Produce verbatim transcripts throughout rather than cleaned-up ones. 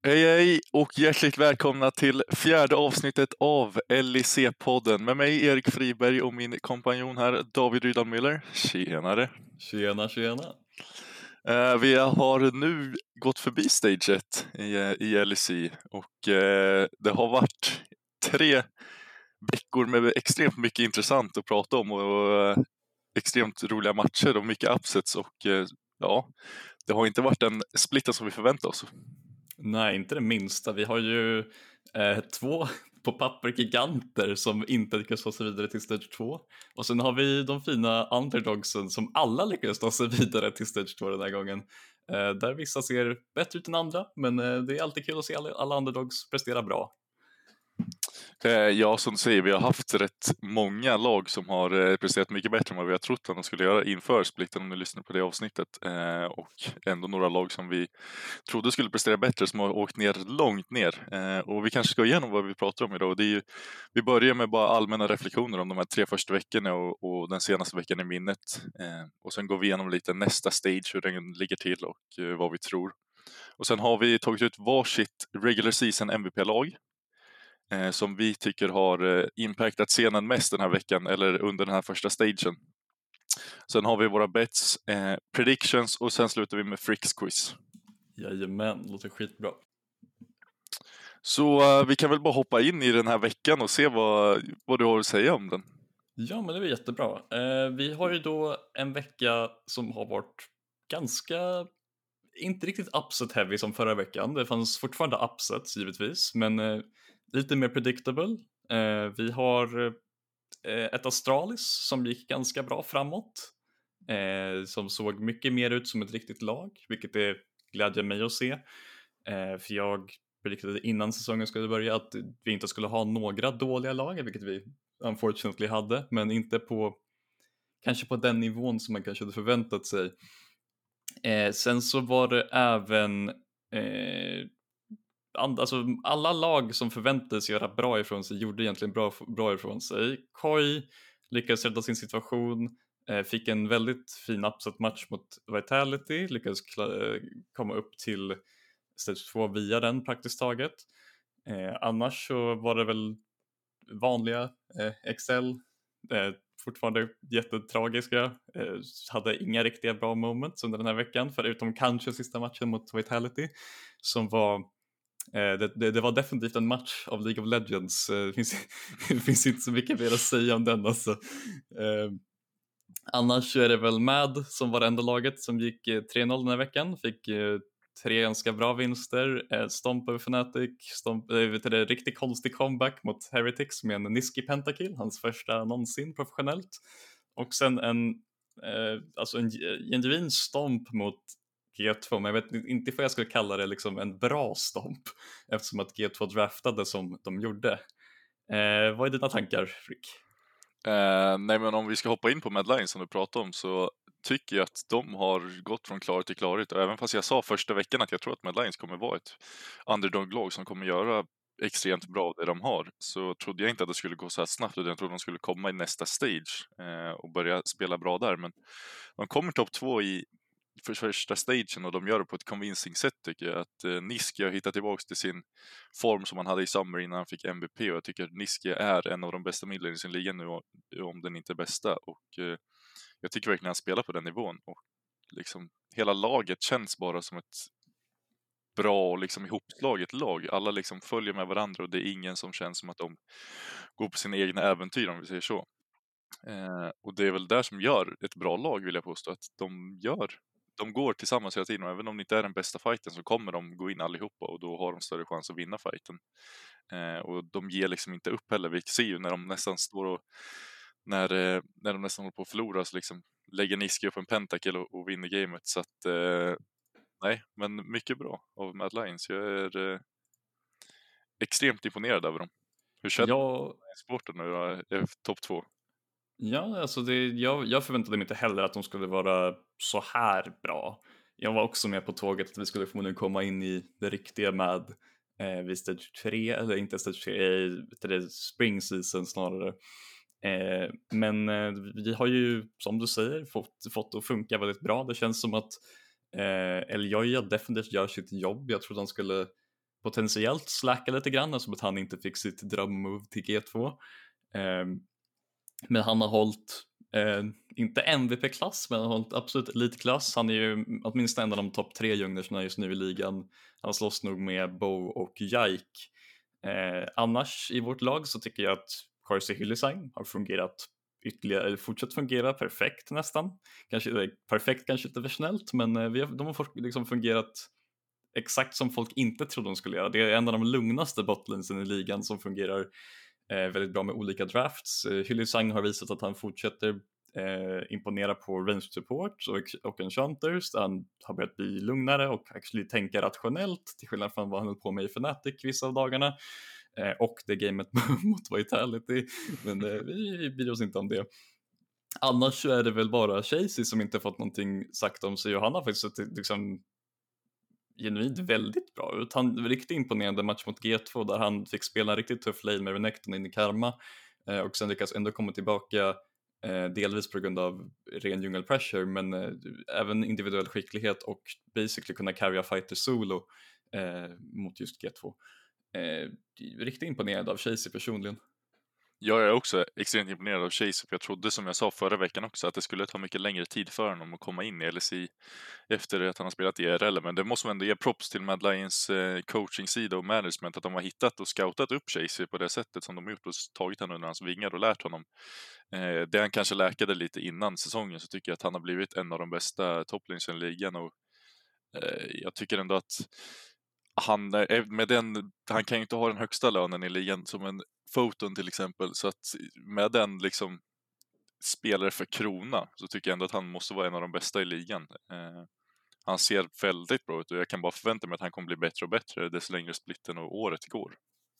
Hej hej och hjärtligt välkomna till fjärde avsnittet av L I C-podden med mig Erik Friberg och min kompanjon här David Rydahl Miller. Tjenare! Tjena, tjena! Uh, vi har nu gått förbi stage ett i, i L I C och uh, det har varit tre veckor med extremt mycket intressant att prata om och, och uh, extremt roliga matcher och mycket upsets och uh, ja, det har inte varit den splitten som vi förväntade oss. Nej, inte det minsta. Vi har ju eh, två på papper giganter som inte lyckas ta sig vidare till stage två. Och sen har vi de fina underdogsen som alla lyckas ta sig vidare till stage två den här gången. Eh, där vissa ser bättre ut än andra, men eh, det är alltid kul att se alla, alla underdogs prestera bra. Ja, som du säger, vi har haft rätt många lag som har presterat mycket bättre än vad vi har trott att de skulle göra inför splitten, om ni lyssnar på det avsnittet. Och ändå några lag som vi trodde skulle prestera bättre som har åkt ner långt ner. Och vi kanske ska igenom vad vi pratar om idag. Det är ju, vi börjar med bara allmänna reflektioner om de här tre första veckorna och, och den senaste veckan i minnet. Och sen går vi igenom lite nästa stage, hur den ligger till och vad vi tror. Och sen har vi tagit ut varsitt regular season M V P-lag. Eh, som vi tycker har eh, impactat scenen mest den här veckan eller under den här första stagen. Sen har vi våra bets, eh, predictions och sen slutar vi med Fricks quiz. Jajamän, låter skitbra. Så eh, vi kan väl bara hoppa in i den här veckan och se vad, vad du har att säga om den. Ja, men det är jättebra. Eh, vi har ju då en vecka som har varit ganska, inte riktigt upset heavy som förra veckan. Det fanns fortfarande upsets givetvis, men eh, lite mer predictable. Eh, vi har eh, ett Astralis som gick ganska bra framåt. Eh, som såg mycket mer ut som ett riktigt lag, vilket är glädjer mig att se. Eh, för jag predictade innan säsongen skulle börja att vi inte skulle ha några dåliga lag, vilket vi unfortunately hade, men inte på kanske på den nivån som man kanske hade förväntat sig. Eh, sen så var det även eh, and, alltså, alla lag som förväntades göra bra ifrån sig gjorde egentligen bra, bra ifrån sig. Koi lyckades rädda sin situation, eh, fick en väldigt fin upset match mot Vitality, lyckades kla- komma upp till stage två via den praktiskt taget. Eh, annars så var det väl vanliga eh, Excel, eh, fortfarande jättetragiska, eh, hade inga riktiga bra moments under den här veckan, förutom kanske sista matchen mot Vitality som var eh, det, det, det var definitivt en match av League of Legends. Eh, det, finns, det finns inte så mycket mer att säga om den alltså. Eh, annars så är det väl Mad som var det enda laget som gick eh, tre noll den här veckan, fick eh, tre ganska bra vinster, eh, Stomp över Fnatic, Stomp, eh, vet du, det, riktigt konstig comeback mot Heretics med en Niski Pentakill, hans första någonsin professionellt, och sen en, eh, alltså en genuin Stomp mot G två, men jag vet inte vad jag skulle kalla det liksom en bra Stomp eftersom att G två draftade som de gjorde. Eh, vad är dina tankar, Frick? Eh, nej, men om vi ska hoppa in på Mad Lions som du pratade om, så tycker jag att de har gått från klarhet till klarhet. Och även fast jag sa första veckan att jag tror att Mad Lions kommer vara ett underdog-lag som kommer göra extremt bra det de har, så trodde jag inte att det skulle gå så här snabbt, utan jag trodde de skulle komma i nästa stage eh, och börja spela bra där. Men de kommer topp två i för första stagen och de gör det på ett convincing sätt, tycker jag. Att eh, Niski har hittat tillbaka till sin form som han hade i Summer innan han fick M V P, och jag tycker att Niski är en av de bästa midlane i sin liga nu, om den inte är bästa, och eh, jag tycker verkligen han spelar på den nivån, och liksom hela laget känns bara som ett bra och liksom ihopslaget lag. Alla liksom följer med varandra och det är ingen som känns som att de går på sina egna äventyr, om vi säger så. Eh, och det är väl där som gör ett bra lag, vill jag påstå, att de gör de går tillsammans hela tiden, och även om det inte är den bästa fighten så kommer de gå in allihopa, och då har de större chans att vinna fighten. Eh, och de ger liksom inte upp heller. Vi ser ju när de nästan står och när, eh, när de nästan håller på att förlora, så liksom lägger Niski upp en pentakill och, och vinner gamet. Så att eh, nej, men mycket bra av Mad Lions. Jag är eh, extremt imponerad över dem. Hur känner Jag... du i sporten nu då, topp två? Ja, alltså det, jag, jag förväntade mig inte heller att de skulle vara så här bra. Jag var också med på tåget att vi skulle förmodligen komma in i det riktiga med eh, vid stage tre, eller inte stage tre, det spring season snarare. Eh, men eh, vi har ju, som du säger, fått, fått att funka väldigt bra. Det känns som att eh, Eljoja definitivt gör sitt jobb. Jag tror att han skulle potentiellt släcka lite grann, alltså att han inte fick sitt drömmove till G två. Eh, men han har hållit, eh, inte M V P-klass, men han har hållit absolut elitklass. Han är ju åtminstone en av de topp tre junglersna just nu i ligan. Han slåss nog med Bo och Jike. Eh, annars i vårt lag så tycker jag att Corsi Hyllisang har fungerat ytterligare, eller fortsatt fungera perfekt nästan. Kanske perfekt, kanske inte för snällt, men eh, vi har, de har liksom fungerat exakt som folk inte trodde de skulle göra. Det är en av de lugnaste botlensen i ligan som fungerar eh, väldigt bra med olika drafts. Eh, Hyllisang har visat att han fortsätter eh, imponera på range support och, och enchanters. Han har börjat bli lugnare och actually tänka rationellt till skillnad från vad han höll på med i Fnatic vissa av dagarna. Eh, och det gamet mot Vitality, men eh, vi bryr oss inte om det. Annars så är det väl bara Chasey som inte fått någonting sagt om sig, och han har faktiskt sett liksom genuint väldigt bra ut. Han var riktigt imponerande match mot G två där han fick spela en riktigt tuff lane med Renekton in i Karma eh, och sen lyckas ändå komma tillbaka eh, delvis på grund av ren jungle pressure, men eh, även individuell skicklighet och basically kunna carrya fighter solo eh, mot just G två. Eh, riktigt imponerad av Chasey personligen. Jag är också extremt imponerad av Chase, för jag trodde, som jag sa förra veckan också, att det skulle ta mycket längre tid för honom att komma in i L C efter att han har spelat i I R L. Men det måste man ändå ge props till Mad Lions eh, coaching-sida och management, att de har hittat och scoutat upp Chase på det sättet som de har gjort och tagit honom under hans vingar och lärt honom. Eh, det han kanske läkade lite innan säsongen, så tycker jag att han har blivit en av de bästa topplinesen i ligan, och eh, jag tycker ändå att han, med den, han kan ju inte ha den högsta lönen i ligan som en Photon till exempel, så att med den liksom spelare för krona så tycker jag ändå att han måste vara en av de bästa i ligan. Eh, han ser väldigt bra ut och jag kan bara förvänta mig att han kommer bli bättre och bättre desto längre splitten och året går.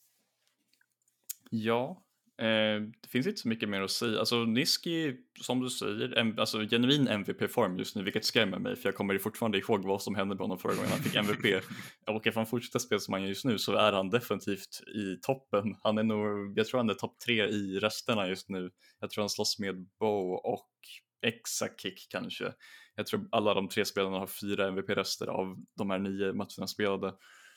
Ja, eh, det finns inte så mycket mer att säga. Alltså Niski, som du säger, en, alltså genuin M V P-form just nu, vilket skrämmer mig, för jag kommer fortfarande ihåg vad som hände med honom förra gången han fick M V P. Och ifall han fortsätter spela som han gör just nu så är han definitivt i toppen. Han är nog, jag tror han är topp tre i resterna just nu. Jag tror han slåss med Bo och Exakick kanske. Jag tror alla de tre spelarna har fyra M V P-rester av de här nio matcherna spelade.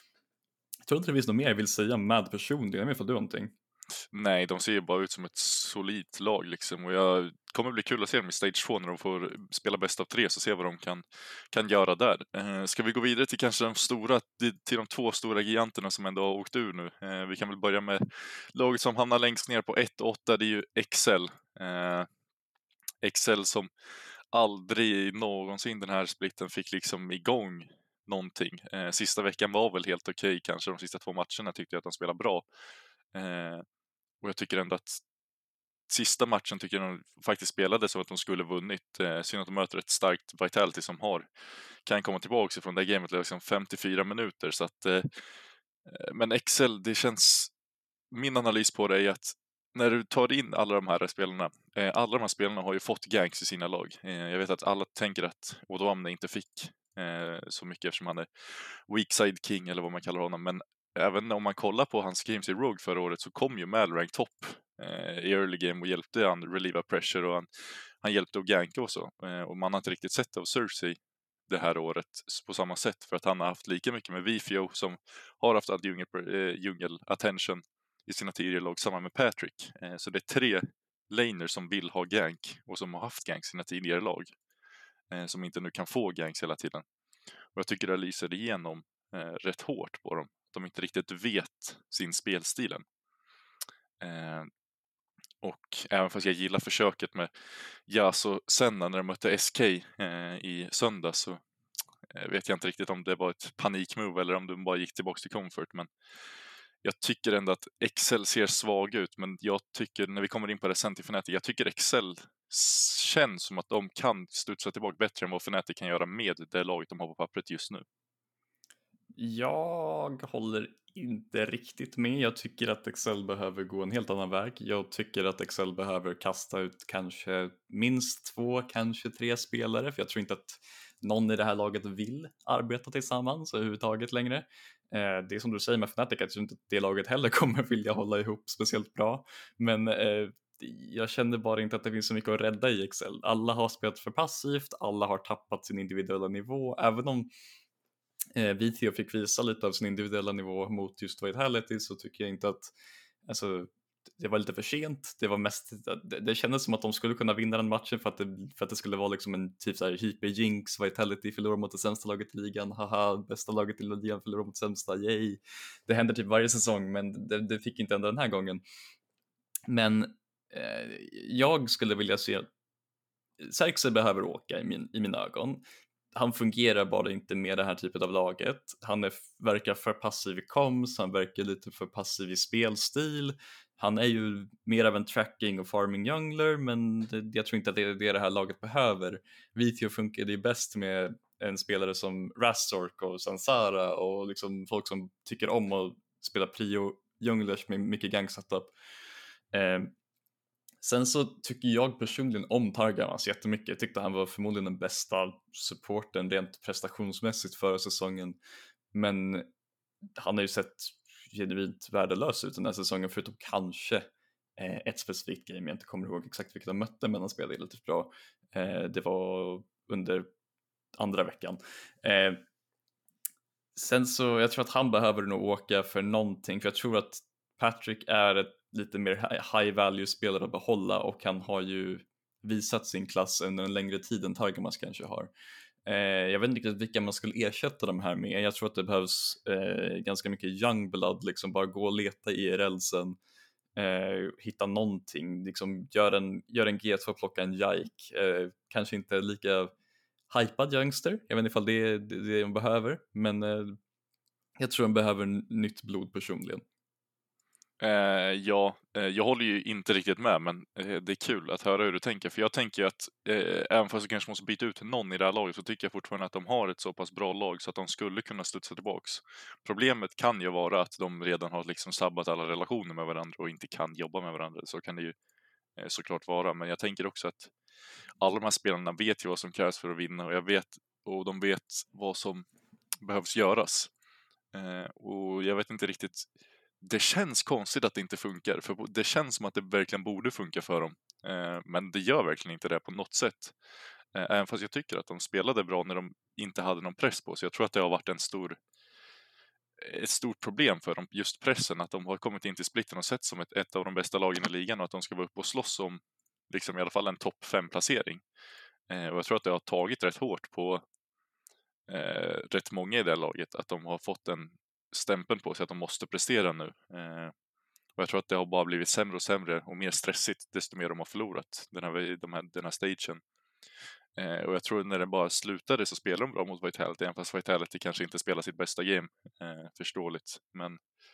Jag tror inte det finns något mer jag vill säga med personligen. Jag vet inte om du har någonting. Nej, de ser ju bara ut som ett solidt lag liksom, och jag kommer bli kul att se dem i Stage två när de får spela bäst av tre, så se vad de kan, kan göra där. Eh, ska vi gå vidare till kanske de stora, till de två stora giganterna som ändå har åkt ur nu. Eh, vi kan väl börja med laget som hamnar längst ner på ett åtta, det är ju Excel. Eh, Excel som aldrig någonsin den här splitten fick liksom igång någonting. Eh, sista veckan var väl helt okej, okay, kanske de sista två matcherna tyckte jag att de spelade bra. Eh, och jag tycker ändå att sista matchen tycker jag de faktiskt spelade så att de skulle vunnit. Eh, synd att de möter ett starkt Vitality som har kan komma tillbaka från det gamet liksom femtiofyra minuter. Så att, eh, men Excel, det känns, min analys på det är att när du tar in alla de här spelarna, eh, alla de här spelarna har ju fått ganks i sina lag. Eh, jag vet att alla tänker att Odoamne inte fick eh, så mycket eftersom han är weakside king eller vad man kallar honom, men även om man kollar på hans games i Rogue förra året så kom ju Malrank topp eh, i early game och hjälpte han relieva pressure, och han, han hjälpte att ganka och så. Eh, och man har inte riktigt sett av Cersei det här året på samma sätt, för att han har haft lika mycket med Vifio som har haft all djungel, eh, djungel attention i sina tidigare lag, samma med Patrick. Eh, så det är tre laner som vill ha gank och som har haft gank i sina tidigare lag, eh, som inte nu kan få ganks hela tiden. Och jag tycker det lyser igenom eh, rätt hårt på dem. De inte riktigt vet sin spelstilen. Eh, och även fast jag gillar försöket med Yasuo Senna när de mötte S K eh, i söndag, så eh, vet jag inte riktigt om det var ett panikmove eller om de bara gick tillbaka till comfort. Men jag tycker ändå att Excel ser svag ut, men jag tycker, när vi kommer in på det sen till Fnatic, jag tycker Excel känns som att de kan studsa tillbaka bättre än vad Fnatic kan göra med det laget de har på pappret just nu. Jag håller inte riktigt med. Jag tycker att Excel behöver gå en helt annan väg. Jag tycker att Excel behöver kasta ut kanske minst två, kanske tre spelare, för jag tror inte att någon i det här laget vill arbeta tillsammans överhuvudtaget längre. Eh, det är som du säger med Fnatic, jag tror inte att det laget heller kommer vilja hålla ihop speciellt bra, men eh, jag känner bara inte att det finns så mycket att rädda i Excel. Alla har spelat för passivt, alla har tappat sin individuella nivå, även om eh, Vithio fick visa lite av sin individuella nivå mot just Vitality, så tycker jag inte att, alltså, det var lite för sent. Det var mest, det, det kändes som att de skulle kunna vinna den matchen för att det, för att det skulle vara liksom en typ så här hyper-jinx, Vitality förlorar mot det sämsta laget i ligan, haha, bästa laget i ligan förlorar mot sämsta, yay. Det händer typ varje säsong, men det, det fick inte hända den här gången. Men eh, jag skulle vilja se, Xerxes behöver åka i, min, i mina ögon. Han fungerar bara inte med det här typet av laget. Han är, verkar för passiv i comms, han verkar lite för passiv i spelstil. Han är ju mer av en tracking och farming jungler, men det, jag tror inte att det är det det här laget behöver. Vithio funkar ju bäst med en spelare som Rastork och Sansara och liksom folk som tycker om att spela prio junglers med mycket gang setup. Eh, Sen så tycker jag personligen om Targamas jättemycket. Jag tyckte han var förmodligen den bästa supporten rent prestationsmässigt förra säsongen. Men han har ju sett genuint värdelös ut den här säsongen, förutom kanske eh, ett specifikt game. Jag inte kommer ihåg exakt vilket han mötte, men han spelade relativt bra. Eh, det var under andra veckan. Eh, sen så, jag tror att han behöver nog åka för någonting, för jag tror att Patrick är ett lite mer high value spelare att behålla, och han har ju visat sin klass under en längre tid än Targamas kanske har. Eh, jag vet inte riktigt vilka man skulle ersätta de här med. Jag tror att det behövs eh, ganska mycket young blood, liksom bara gå och leta i I R L sen, eh, hitta någonting, liksom gör en, gör en G två, plocka en Jike, eh, kanske inte lika hypad youngster, jag vet inte ifall det är det, det de behöver, men eh, jag tror de behöver nytt blod personligen. Eh, ja, eh, jag håller ju inte riktigt med, men eh, det är kul att höra hur du tänker. För jag tänker att eh, även fast du kanske måste byta ut någon i det här laget, så tycker jag fortfarande att de har ett så pass bra lag så att de skulle kunna studsa tillbaks. Problemet kan ju vara att de redan har liksom sabbat alla relationer med varandra och inte kan jobba med varandra. Så kan det ju eh, såklart vara. Men jag tänker också att alla de här spelarna vet ju vad som krävs för att vinna, och jag vet, och de vet vad som behövs göras. Eh, och jag vet inte riktigt. Det känns konstigt att det inte funkar, för det känns som att det verkligen borde funka för dem. Eh, men det gör verkligen inte det på något sätt. Eh, även fast jag tycker att de spelade bra när de inte hade någon press på sig. Jag tror att det har varit en stor, ett stort problem för dem, just pressen. Att de har kommit in till splitten och sett som ett, ett av de bästa lagen i ligan, och att de ska vara uppe och slåss om liksom i alla fall en topp fem-placering. Eh, och jag tror att det har tagit rätt hårt på eh, rätt många i det laget, att de har fått en stämpeln på sig att de måste prestera nu. Eh, och jag tror att det har bara blivit sämre och sämre och mer stressigt desto mer de har förlorat den här, de här, den här stagen. Eh, och jag tror när det bara slutade så spelade de bra mot Vitality, även fast Vitality kanske inte spelar sitt bästa game. Eh, förståeligt. Men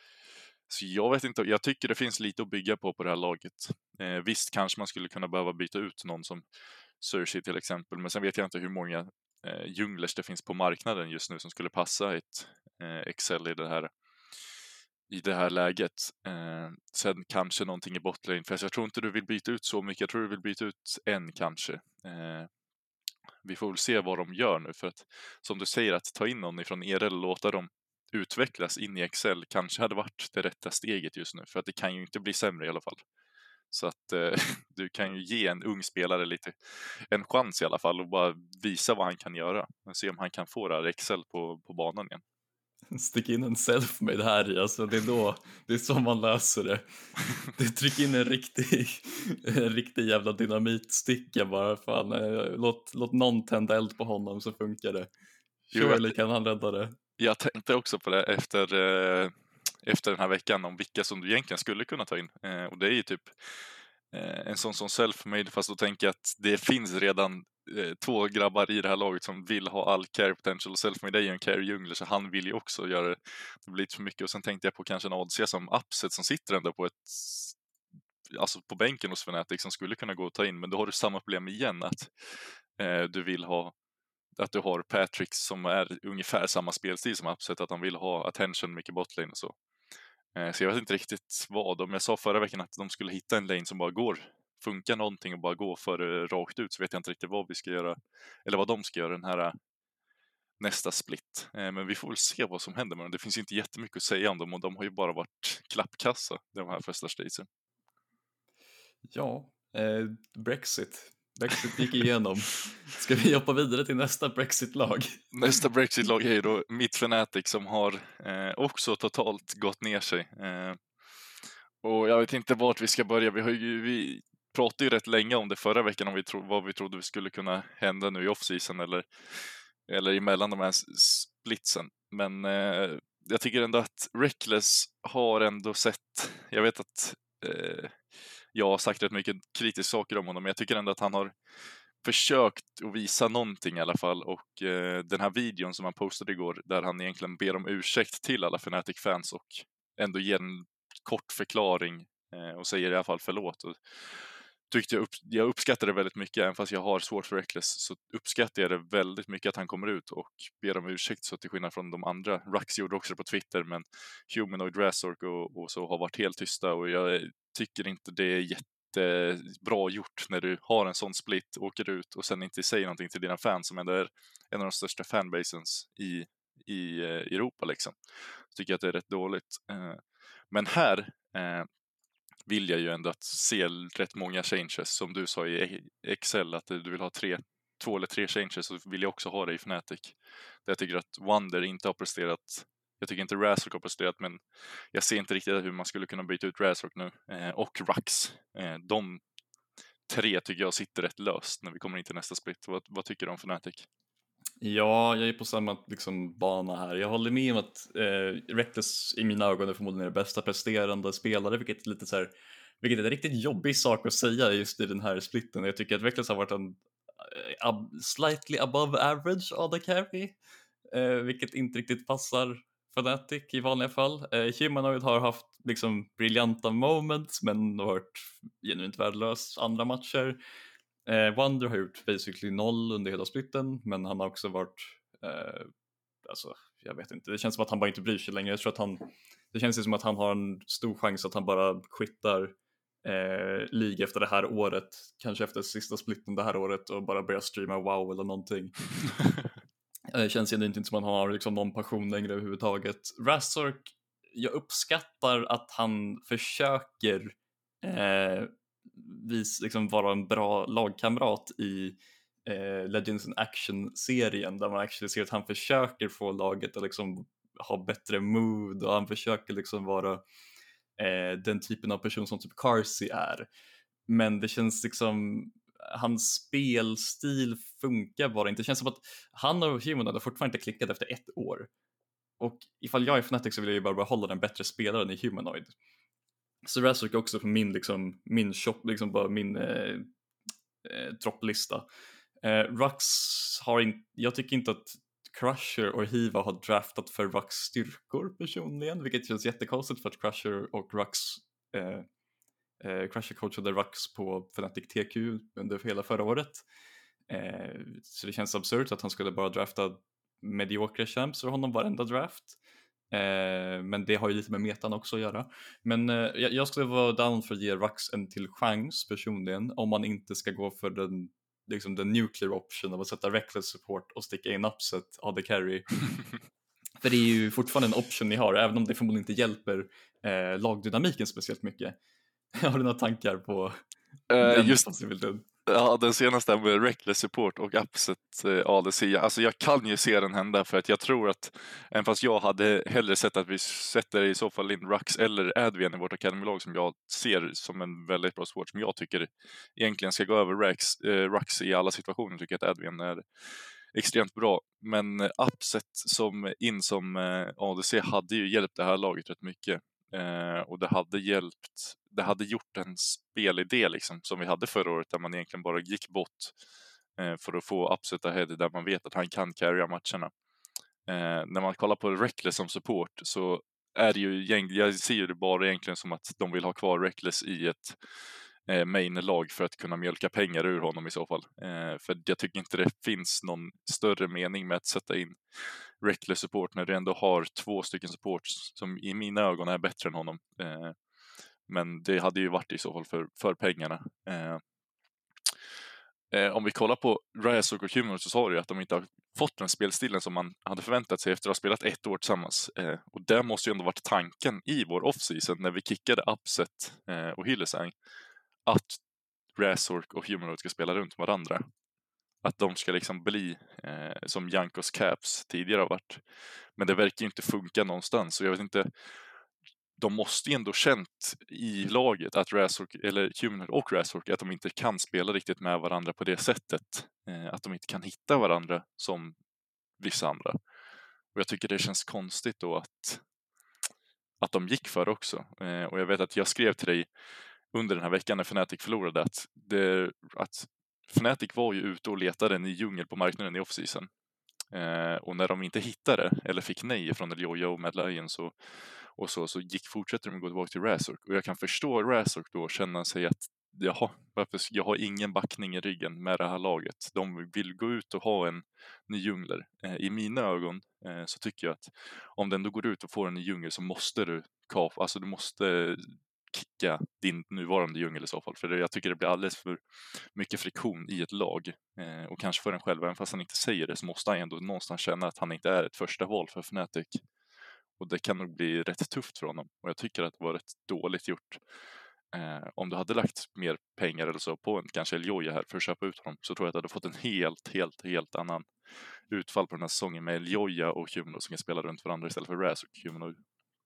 så jag vet inte, jag tycker det finns lite att bygga på på det här laget. Eh, visst kanske man skulle kunna behöva byta ut någon som Cersei till exempel, men sen vet jag inte hur många eh, junglers det finns på marknaden just nu som skulle passa ett eh, Excel i det här i det här läget. Eh, sen kanske någonting i botlane, för jag tror inte du vill byta ut så mycket. Jag tror du vill byta ut en kanske. Eh, vi får väl se vad de gör nu, för att som du säger, att ta in någon ifrån E R L och låta dem utvecklas in i Excel kanske hade varit det rätta steget just nu, för att det kan ju inte bli sämre i alla fall. Så att eh, du kan ju ge en ung spelare lite en chans i alla fall, och bara visa vad han kan göra och se om han kan få det här Excel på, på banan igen. Stick in en self-made här i, alltså det är då, det är så man löser det. Det tryck in en riktig, en riktig jävla dynamitsticka bara, fan, låt, låt någon tända eld på honom så funkar det. Surely kan han rädda det. Jag tänkte också på det efter, eh, efter den här veckan, om vilka som du egentligen skulle kunna ta in. Eh, och det är ju typ eh, en sån som self-made, fast då tänker jag att det finns redan eh, två grabbar i det här laget som vill ha all carry potential. Och self-made är ju en carry-jungler, så han vill ju också göra det. Det blir lite för mycket. Och sen tänkte jag på kanske en Odyssey som Upset som sitter ändå på ett, alltså på bänken hos Fnatic, som skulle kunna gå och ta in. Men då har du samma problem igen, att eh, du vill ha att du har Patrick som är ungefär samma spelstil som Upset, att han vill ha attention, mycket botlane och så. Eh, så jag vet inte riktigt vad. Om jag sa förra veckan att de skulle hitta en lane som bara går, funkar någonting och bara gå för uh, rakt ut, så vet jag inte riktigt vad vi ska göra, eller vad de ska göra den här uh, nästa split. Eh, men vi får väl se vad som händer med dem. Det finns inte jättemycket att säga om dem, och de har ju bara varit klappkassa de här första stagesen. Ja, eh, Brexit. Brexit gick igenom. Ska vi hoppa vidare till nästa Brexit-lag? Nästa Brexit-lag är ju då Mitt Fnatic som har eh, också totalt gått ner sig. Eh, och jag vet inte vart vi ska börja. Vi, har ju, vi pratade ju rätt länge om det förra veckan, om vi tro, vad vi trodde skulle kunna hända nu i off-season eller, eller emellan de här splitsen. Men eh, jag tycker ändå att Reckless har ändå sett, jag vet att eh, jag har sagt rätt mycket kritiska saker om honom, men jag tycker ändå att han har försökt att visa någonting i alla fall, och eh, den här videon som han postade igår där han egentligen ber om ursäkt till alla Fnatic-fans och ändå ger en kort förklaring eh, och säger i alla fall förlåt. Och tyckte jag, upp, jag uppskattar det väldigt mycket, även fast jag har svårt för Reckless så uppskattar jag det väldigt mycket att han kommer ut och ber om ursäkt, så till skillnad från de andra. Rux gjorde också det på Twitter, men Humanoid, Razork och, och så har varit helt tysta, och jag tycker inte det är jätte bra gjort när du har en sån split, åker ut och sen inte säger någonting till dina fans som ändå är en av de största fanbasens i, i Europa liksom. Så tycker jag att det är rätt dåligt. Men här eh, vill jag ju ändå att se rätt många changes, som du sa i Excel att du vill ha tre, två eller tre changes, så vill jag också ha det i Fnatic. Där jag tycker att Wonder inte har presterat. Jag tycker inte Razork har presterat, men jag ser inte riktigt hur man skulle kunna byta ut Razork nu. Eh, och Rux. Eh, de tre tycker jag sitter rätt löst när vi kommer in till nästa split. Vad, vad tycker du om Fnatic? Ja, jag är på samma liksom, bana här. Jag håller med om att eh, Reckless i mina ögon är förmodligen den bästa presterande spelare, vilket är lite så här, vilket är en riktigt jobbig sak att säga just i den här splitten. Jag tycker att Reckless har varit en uh, ab- slightly above average A D carry, eh, vilket inte riktigt passar Fnatic i vanliga fall. Eh, Humanoid har haft liksom briljanta moments, men har varit genuint värdelös andra matcher. Eh, Wonder har gjort basically noll under hela splitten, men han har också varit, eh, alltså jag vet inte, det känns som att han bara inte bryr sig längre. Jag tror att han, det känns som att han har en stor chans att han bara quittar eh, League efter det här året, kanske efter sista splitten det här året, och bara börjar streama WoW eller någonting. Det känns ju inte som att han har liksom någon passion längre överhuvudtaget. Razork, jag uppskattar att han försöker eh, vis, liksom vara en bra lagkamrat i eh, Legends in Action-serien, där man actually ser att han försöker få laget att liksom ha bättre mood, och han försöker liksom vara eh, den typen av person som typ Carsey är. Men det känns liksom, hans spelstil funkar bara inte. Det känns som att han och Humanoid har fortfarande inte klickat efter ett år. Och ifall jag är Fnatic så vill jag ju bara behålla den bättre spelaren i Humanoid. Så Razork är också på min, liksom, min shop, liksom bara min eh, eh, dropplista. Eh, Rux har inte, jag tycker inte att Crusher och Hiva har draftat för Rux styrkor personligen, vilket känns jättekonstigt för att Crusher och Rux eh, eh, Crusher coachade Rux på Fnatic T Q under hela förra året. Eh, så det känns absurt att han skulle bara drafta mediokra champs för honom varenda draft. Eh, men det har ju lite med metan också att göra. Men eh, jag, jag skulle vara down för att ge Rux en till chans personligen, om man inte ska gå för den, liksom den nuclear option av att sätta reckless support och sticka in upset A D carry. För det är ju fortfarande en option ni har, även om det förmodligen inte hjälper eh, lagdynamiken speciellt mycket. Har du några tankar på uh, den just possibiliteten? Ja, den senaste med reckless support och upset eh, A D C. Alltså jag kan ju se den hända, för att jag tror att, även fast jag hade hellre sett att vi sätter i så fall in Rux eller Advian i vårt Academy-lag, som jag ser som en väldigt bra sport, som jag tycker egentligen ska gå över Rux, eh, Rux i alla situationer, tycker jag att Advian är extremt bra. Men upset som in som eh, A D C hade ju hjälpt det här laget rätt mycket. Eh, och det hade hjälpt, det hade gjort en spelidé liksom, som vi hade förra året, där man egentligen bara gick bort eh, för att få upset ahead, där man vet att han kan carrya matcherna. Eh, när man kollar på Reckless som support, så är det ju, jag ser ju det bara egentligen som att de vill ha kvar Reckless i ett eh, main-lag för att kunna mjölka pengar ur honom i så fall. Eh, för jag tycker inte det finns någon större mening med att sätta in reckless support när du ändå har två stycken supports som i mina ögon är bättre än honom. Eh, men det hade ju varit i så fall för, för pengarna. Eh, eh, om vi kollar på Razork och Humanoid, så sa du att de inte har fått den spelstilen som man hade förväntat sig efter att ha spelat ett år tillsammans. Eh, och det måste ju ändå varit tanken i vår off-season när vi kickade Upset eh, och Hillesang, att Razork och Humanoid ska spela runt varandra. Att de ska liksom bli eh, som Jankos Caps tidigare har varit. Men det verkar ju inte funka någonstans, så jag vet inte. De måste ju ändå känt i laget att Razork, eller Humanoid och Razork, att de inte kan spela riktigt med varandra på det sättet. Eh, att de inte kan hitta varandra som vissa andra. Och jag tycker det känns konstigt då att, att de gick för också. Eh, och jag vet att jag skrev till dig under den här veckan när Fnatic förlorade att, det, att Fnatic var ju ute och letade en ny djungel på marknaden i offseason. Eh, och när de inte hittade eller fick nej från Elioja och Mad Lions och, och så, så gick, fortsätter de gå tillbaka till Razork. Och jag kan förstå Razork då känna sig att jaha, varför, jag har ingen backning i ryggen med det här laget. De vill gå ut och ha en ny djungler. Eh, I mina ögon eh, så tycker jag att om den då går ut och får en ny djungel så måste du kapa, alltså du måste kicka din nuvarande djungel i så fall. För det, jag tycker det blir alldeles för mycket friktion i ett lag. Eh, och kanske för en själv, även fast han inte säger det, så måste han ändå någonstans känna att han inte är ett första val för Fnatic. Och det kan nog bli rätt tufft för honom. Och jag tycker att det var rätt dåligt gjort. Eh, om du hade lagt mer pengar eller så på en kanske Elioja här för att köpa ut honom, så tror jag att du hade fått en helt, helt, helt annan utfall på den här säsongen med Elioja och Humanoid som kan spela runt varandra istället för Razork och Humanoid.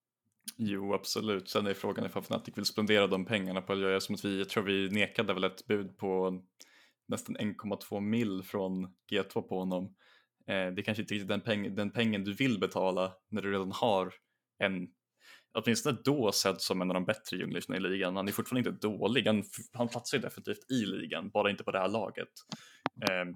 Jo, absolut. Sen är frågan ifall Fnatic vill spendera de pengarna på Elioja, som att vi, jag tror vi nekade väl ett bud på nästan en komma två mil från G två på honom. Eh, det är kanske inte riktigt den, peng, den pengen du vill betala när du redan har en, åtminstone då sedd som en av de bättre djunglerna i ligan. Han är fortfarande inte dålig, han, han platsar ju definitivt i ligan, bara inte på det här laget. Eh,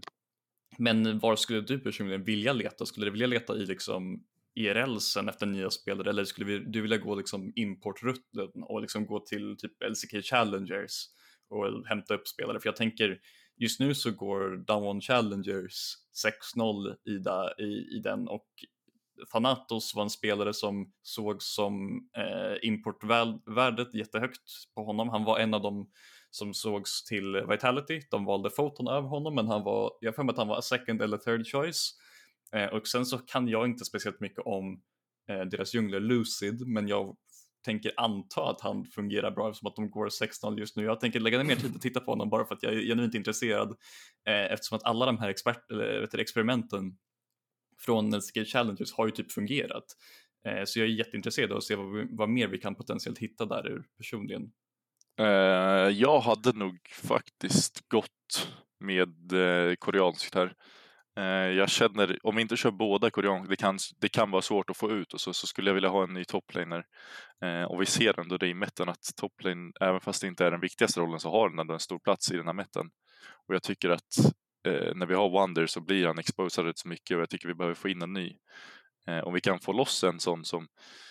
men var skulle du personligen vilja leta? Skulle du vilja leta i liksom I R L sen efter nya spelare, eller skulle vi, du vilja gå liksom importrutten och liksom gå till typ L C K Challengers och hämta upp spelare? För jag tänker, just nu så går Down One Challengers sex noll i, da, i, i den, och Thanatos var en spelare som sågs som eh, importvärdet jättehögt på honom. Han var en av dem som sågs till Vitality. De valde Photon över honom, men han var, jag har för mig att han var second eller third choice. Eh, och sen så kan jag inte speciellt mycket om eh, deras djungler Lucid, men jag tänker anta att han fungerar bra eftersom att de går sex noll just nu. Jag tänker lägga ner mer tid att titta på honom bara för att jag är genuint intresserad, eh, eftersom att alla de här expert, eller, vet du, experimenten från L C K Challengers har ju typ fungerat. Eh, så jag är jätteintresserad av att se vad, vi, vad mer vi kan potentiellt hitta där ur personligen. Uh, jag hade nog faktiskt gått med uh, koreanskt här. Uh, jag känner, om vi inte kör båda koreanskt, det kan, det kan vara svårt att få ut, och så, så skulle jag vilja ha en ny toplaner. Uh, och vi ser ändå det i metten att toplane, även fast det inte är den viktigaste rollen, så har den ändå en stor plats i den här metten. Och jag tycker att uh, när vi har Wonder så blir han exposad rätt så mycket, och jag tycker vi behöver få in en ny. Uh, om vi kan få loss en sån som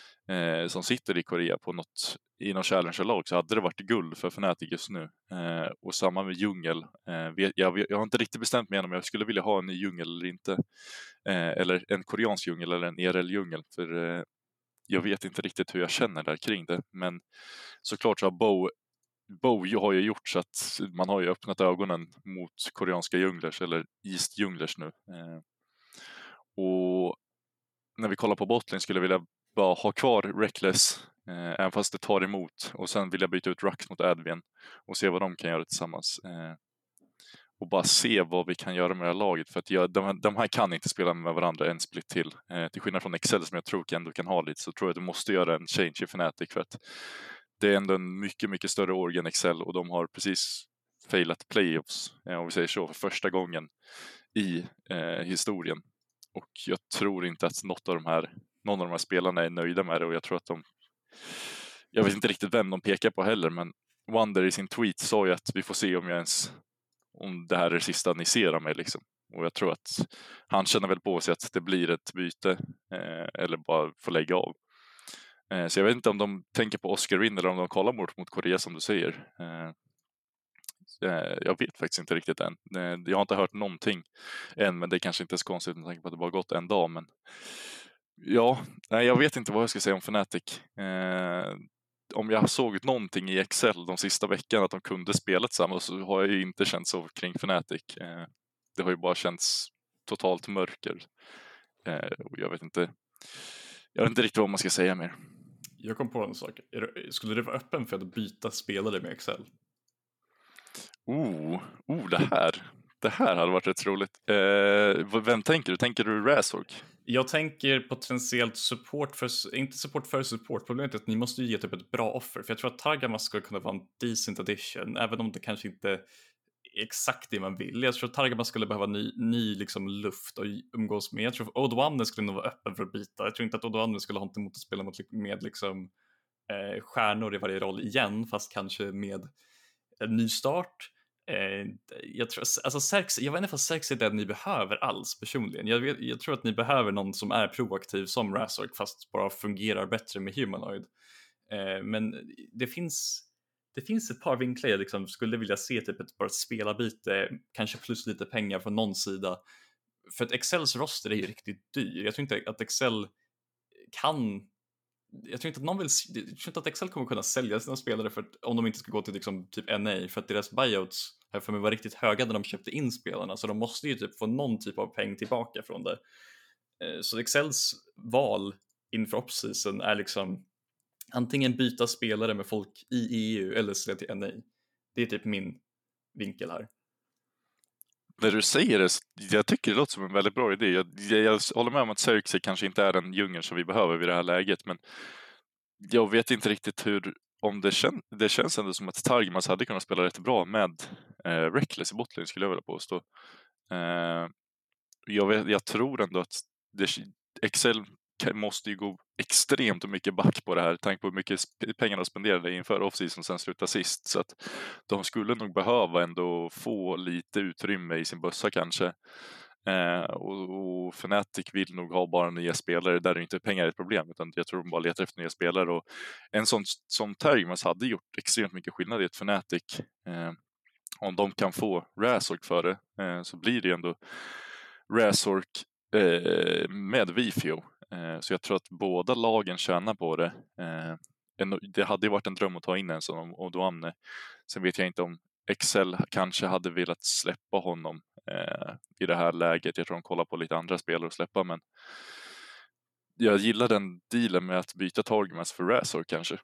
Eh, som sitter i Korea på något, i någon challenger-lag, så hade det varit guld för Fnatic just nu. Eh, och samma med djungel. Eh, jag, jag har inte riktigt bestämt mig om jag skulle vilja ha en ny djungel eller inte. Eh, eller en koreansk djungel eller en E R L-djungel. För eh, jag vet inte riktigt hur jag känner där kring det. Men såklart så har Bo, Bo har ju gjort så att man har ju öppnat ögonen mot koreanska djunglers eller East djunglers nu. Eh, och när vi kollar på botlane skulle jag vilja bara ha kvar Reckless, eh, även fast det tar emot, och sen vill jag byta ut Rux mot Advian och se vad de kan göra tillsammans. Eh, och bara se vad vi kan göra med det här laget, för att jag, de, de här kan inte spela med varandra en split till. Eh, till skillnad från Excel som jag tror ändå kan ha lite, så tror jag att du måste göra en change i Fnatic, för att det är ändå en mycket, mycket större org än Excel, och de har precis failat playoffs, eh, om vi säger så, för första gången i eh, historien. Och jag tror inte att något av de här, någon av de här spelarna är nöjda med det, och jag tror att de, jag vet inte riktigt vem de pekar på heller, men Wonder i sin tweet sa ju att vi får se om jag ens, om det här är det sista ni ser av mig liksom. Och jag tror att han känner väl på sig att det blir ett byte, eh, eller bara får lägga av. Eh, så jag vet inte om de tänker på Oscar Win eller om de kollar bort mot Korea som du säger. Eh, Jag vet faktiskt inte riktigt än. Jag har inte hört någonting än, men det är kanske inte är så konstigt med tanke på att det bara gått en dag. Men ja, jag vet inte vad jag ska säga om Fnatic. Eh, om jag såg någonting i Excel de sista veckan att de kunde spela tillsammans, så har jag ju inte känt så kring Fnatic. Eh, det har ju bara känts totalt mörker. Eh, och jag vet inte. Jag vet inte riktigt vad man ska säga mer. Jag kom på en sak. Skulle du vara öppen för att byta spelare med Excel? Oh, oh det här. Det här hade varit rätt roligt. Eh, vem tänker du? Tänker du Razork? Jag tänker potentiellt support för, inte support för support. Problemet är att ni måste ju ge typ ett bra offer. För jag tror att Targamas skulle kunna vara en decent addition. Även om det kanske inte är exakt det man vill. Jag tror att Targamas skulle behöva ny, ny liksom luft att umgås med. Jag tror att Odoamne skulle nog vara öppen för att byta. Jag tror inte att Odoamne skulle ha något emot att spela mot, med liksom, eh, stjärnor i varje roll igen. Fast kanske med en ny start. Eh, jag, tror, alltså Xerxes, jag vet inte om Xerxes är det ni behöver alls personligen. Jag, vet, jag tror att ni behöver någon som är proaktiv som Razork fast bara fungerar bättre med Humanoid. Eh, men det finns, det finns ett par vinklar jag liksom skulle vilja se, typ ett bara spelarbyte, kanske plus lite pengar från någon sida. För att Excels roster är ju riktigt dyr. Jag tror inte att Excel kan jag tror inte att någon vill, jag tror inte att Excel kommer kunna sälja sina spelare för att, om de inte ska gå till liksom typ N A, för att deras buyouts här för mig var riktigt höga när de köpte in spelarna, så de måste ju typ få någon typ av peng tillbaka från det. Så Excels val inför offseason är liksom antingen byta spelare med folk i E U eller sälja till N A. Det är typ min vinkel här. När du säger det, jag tycker det låter som en väldigt bra idé. Jag, jag, jag håller med om att Xerxes kanske inte är den djungel som vi behöver vid det här läget, men jag vet inte riktigt hur, om det, kän, det känns ändå som att Targamas hade kunnat spela rätt bra med eh, Reckless i botlane, skulle jag vilja påstå. Eh, jag, vet, jag tror ändå att det, Excel måste ju gå extremt mycket back på det här, tanke på hur mycket pengar de spenderade inför offseason sen sluta sist, så att de skulle nog behöva ändå få lite utrymme i sin bössa kanske. Eh, och, och Fnatic vill nog ha bara nya spelare där det inte är pengar ett problem, utan jag tror de bara letar efter nya spelare, och en sån som Tergmas hade gjort extremt mycket skillnad i ett Fnatic. Eh, om de kan få Razork för det, eh, så blir det ändå Razork eh, med Vifio. Eh, så jag tror att båda lagen tjänar på det. Eh, en, det hade ju varit en dröm att ta in en som Odoamne. Sen vet jag inte om Excel kanske hade velat släppa honom eh, i det här läget. Jag tror de kollar på lite andra spelare att släppa, men jag gillar den dealen med att byta Targamas för Razork kanske.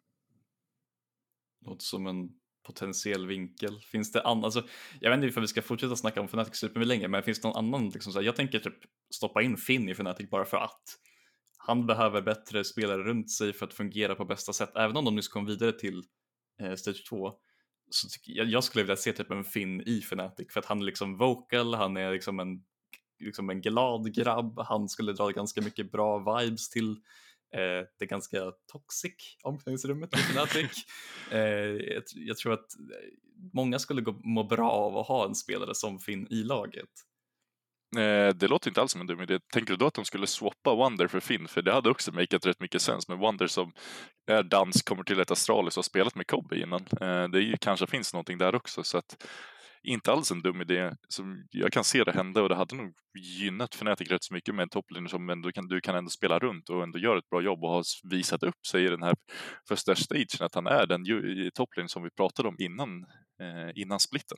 Låter som en potentiell vinkel. Finns det annat? Alltså, jag vet inte ifall vi ska fortsätta snacka om Fnatic super länge, men finns det någon annan liksom, så här, jag tänker typ stoppa in Finn i Fnatic bara för att han behöver bättre spelare runt sig för att fungera på bästa sätt. Även om de nyss kom vidare till eh, stage två, så tycker jag, jag skulle vilja se typ en Finn i Fnatic, för att han är liksom vocal, han är liksom en liksom en glad grabb, han skulle dra ganska mycket bra vibes till eh, det ganska toxic omklädningsrummet i Fnatic. eh, jag, jag tror att många skulle gå, må bra av att ha en spelare som Finn i laget. Eh, det låter inte alls som en dum idé. Tänker du då att de skulle swappa Wonder för Finn? För det hade också makat rätt mycket sens, med Wonder som är dansk, kommer till ett Astralis och har spelat med Kobe innan. Eh, det är ju, kanske finns någonting där också, så att inte alls en dum idé. Som jag kan se det hända, och det hade nog gynnat Fnatic rätt så mycket med en topplinje som ändå kan, du kan ändå spela runt och ändå gör ett bra jobb och har visat upp sig i den här första stagen, att han är den topplinje som vi pratade om innan, eh, innan splitten.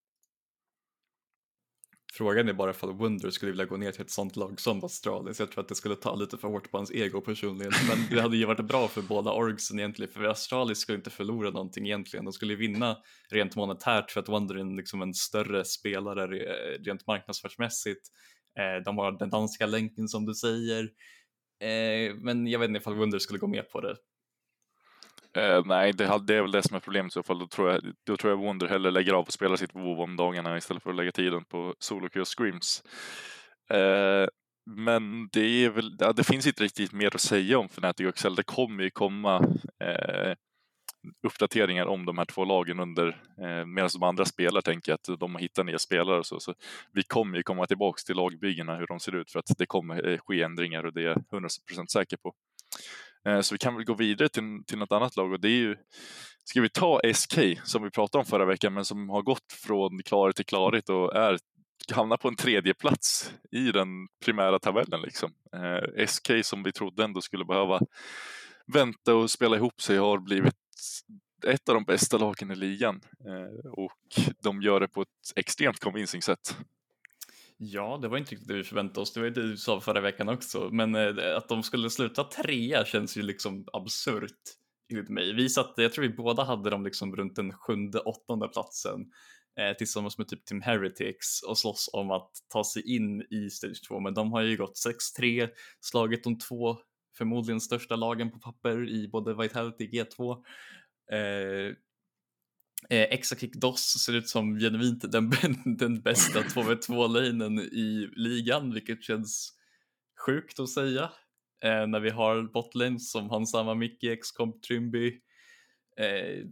Frågan är bara ifall Wonder skulle vilja gå ner till ett sånt lag som Astralis. Jag tror att det skulle ta lite för hårt på hans ego personligen. Men det hade ju varit bra för båda orgsen egentligen. För Astralis skulle inte förlora någonting egentligen. De skulle vinna rent monetärt för att Wonder är liksom en större spelare rent marknadsförsmässigt. De har den danska länken som du säger. Men jag vet inte ifall Wonder skulle gå med på det. Uh, nej, det, det är väl det som är problemet i så fall. Då tror jag, då tror jag Wonder hellre lägger av och spelar sitt WoW om dagarna istället för att lägga tiden på solo queue och scrims. Uh, men det är väl, ja, det finns inte riktigt mer att säga om Fnatic och Excel. Det kommer ju komma uh, uppdateringar om de här två lagen under uh, medan de andra spelar, tänker jag att de har hittat nya spelare och så. Så vi kommer ju komma tillbaks till lagbyggena, hur de ser ut, för att det kommer ske ändringar, och det är jag hundra procent säker på. Så vi kan väl gå vidare till, till något annat lag, och det är ju, ska vi ta S K som vi pratade om förra veckan, men som har gått från klarhet till klarhet och är, hamnar på en tredje plats i den primära tabellen liksom. Eh, S K som vi trodde ändå skulle behöva vänta och spela ihop sig har blivit ett av de bästa lagen i ligan, eh, och de gör det på ett extremt convincing sätt. Ja, det var inte riktigt det vi förväntade oss. Det var det du sa förra veckan också. Men eh, att de skulle sluta trea känns ju liksom absurt enligt mig. Vi satt, jag tror vi båda hade dem liksom runt den sjunde, åttonde platsen. eh, tillsammans med typ Team Heretics och slåss om att ta sig in i Stage två, men de har ju gått sex tre, slagit de två förmodligen största lagen på papper i både Vitality G två. Eh, Eh, Exakick D O S ser ut som genuint den, den bästa två v två-lanen i ligan, vilket känns sjukt att säga. Eh, när vi har botlanes som Hansama, Mickey, X-Comp, Trimby. Eh,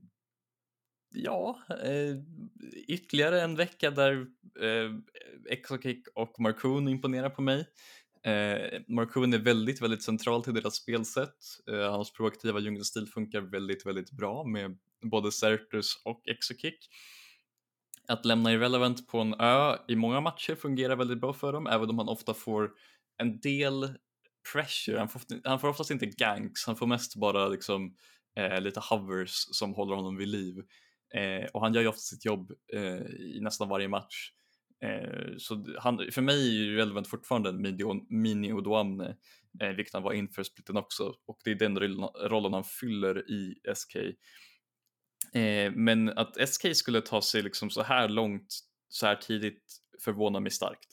ja, eh, ytterligare en vecka där eh, Exakick och Markoon imponerar på mig. Eh, Markoon är väldigt, väldigt central till deras spelsätt. Eh, hans proaktiva djungelstil funkar väldigt, väldigt bra med både Certus och Exokick. Att lämna Irrelevant på en ö i många matcher fungerar väldigt bra för dem, även om han ofta får en del pressure. Han får, han får oftast inte ganks, han får mest bara liksom, eh, lite hovers som håller honom vid liv. Eh, och han gör ju ofta sitt jobb eh, i nästan varje match. Eh, så han, för mig är ju Irrelevant fortfarande en mini-Odoamne, eh, vilket han var inför splitten också. Och det är den rollen han fyller i S K. Eh, men att S K skulle ta sig liksom så här långt så här tidigt förvånar mig starkt.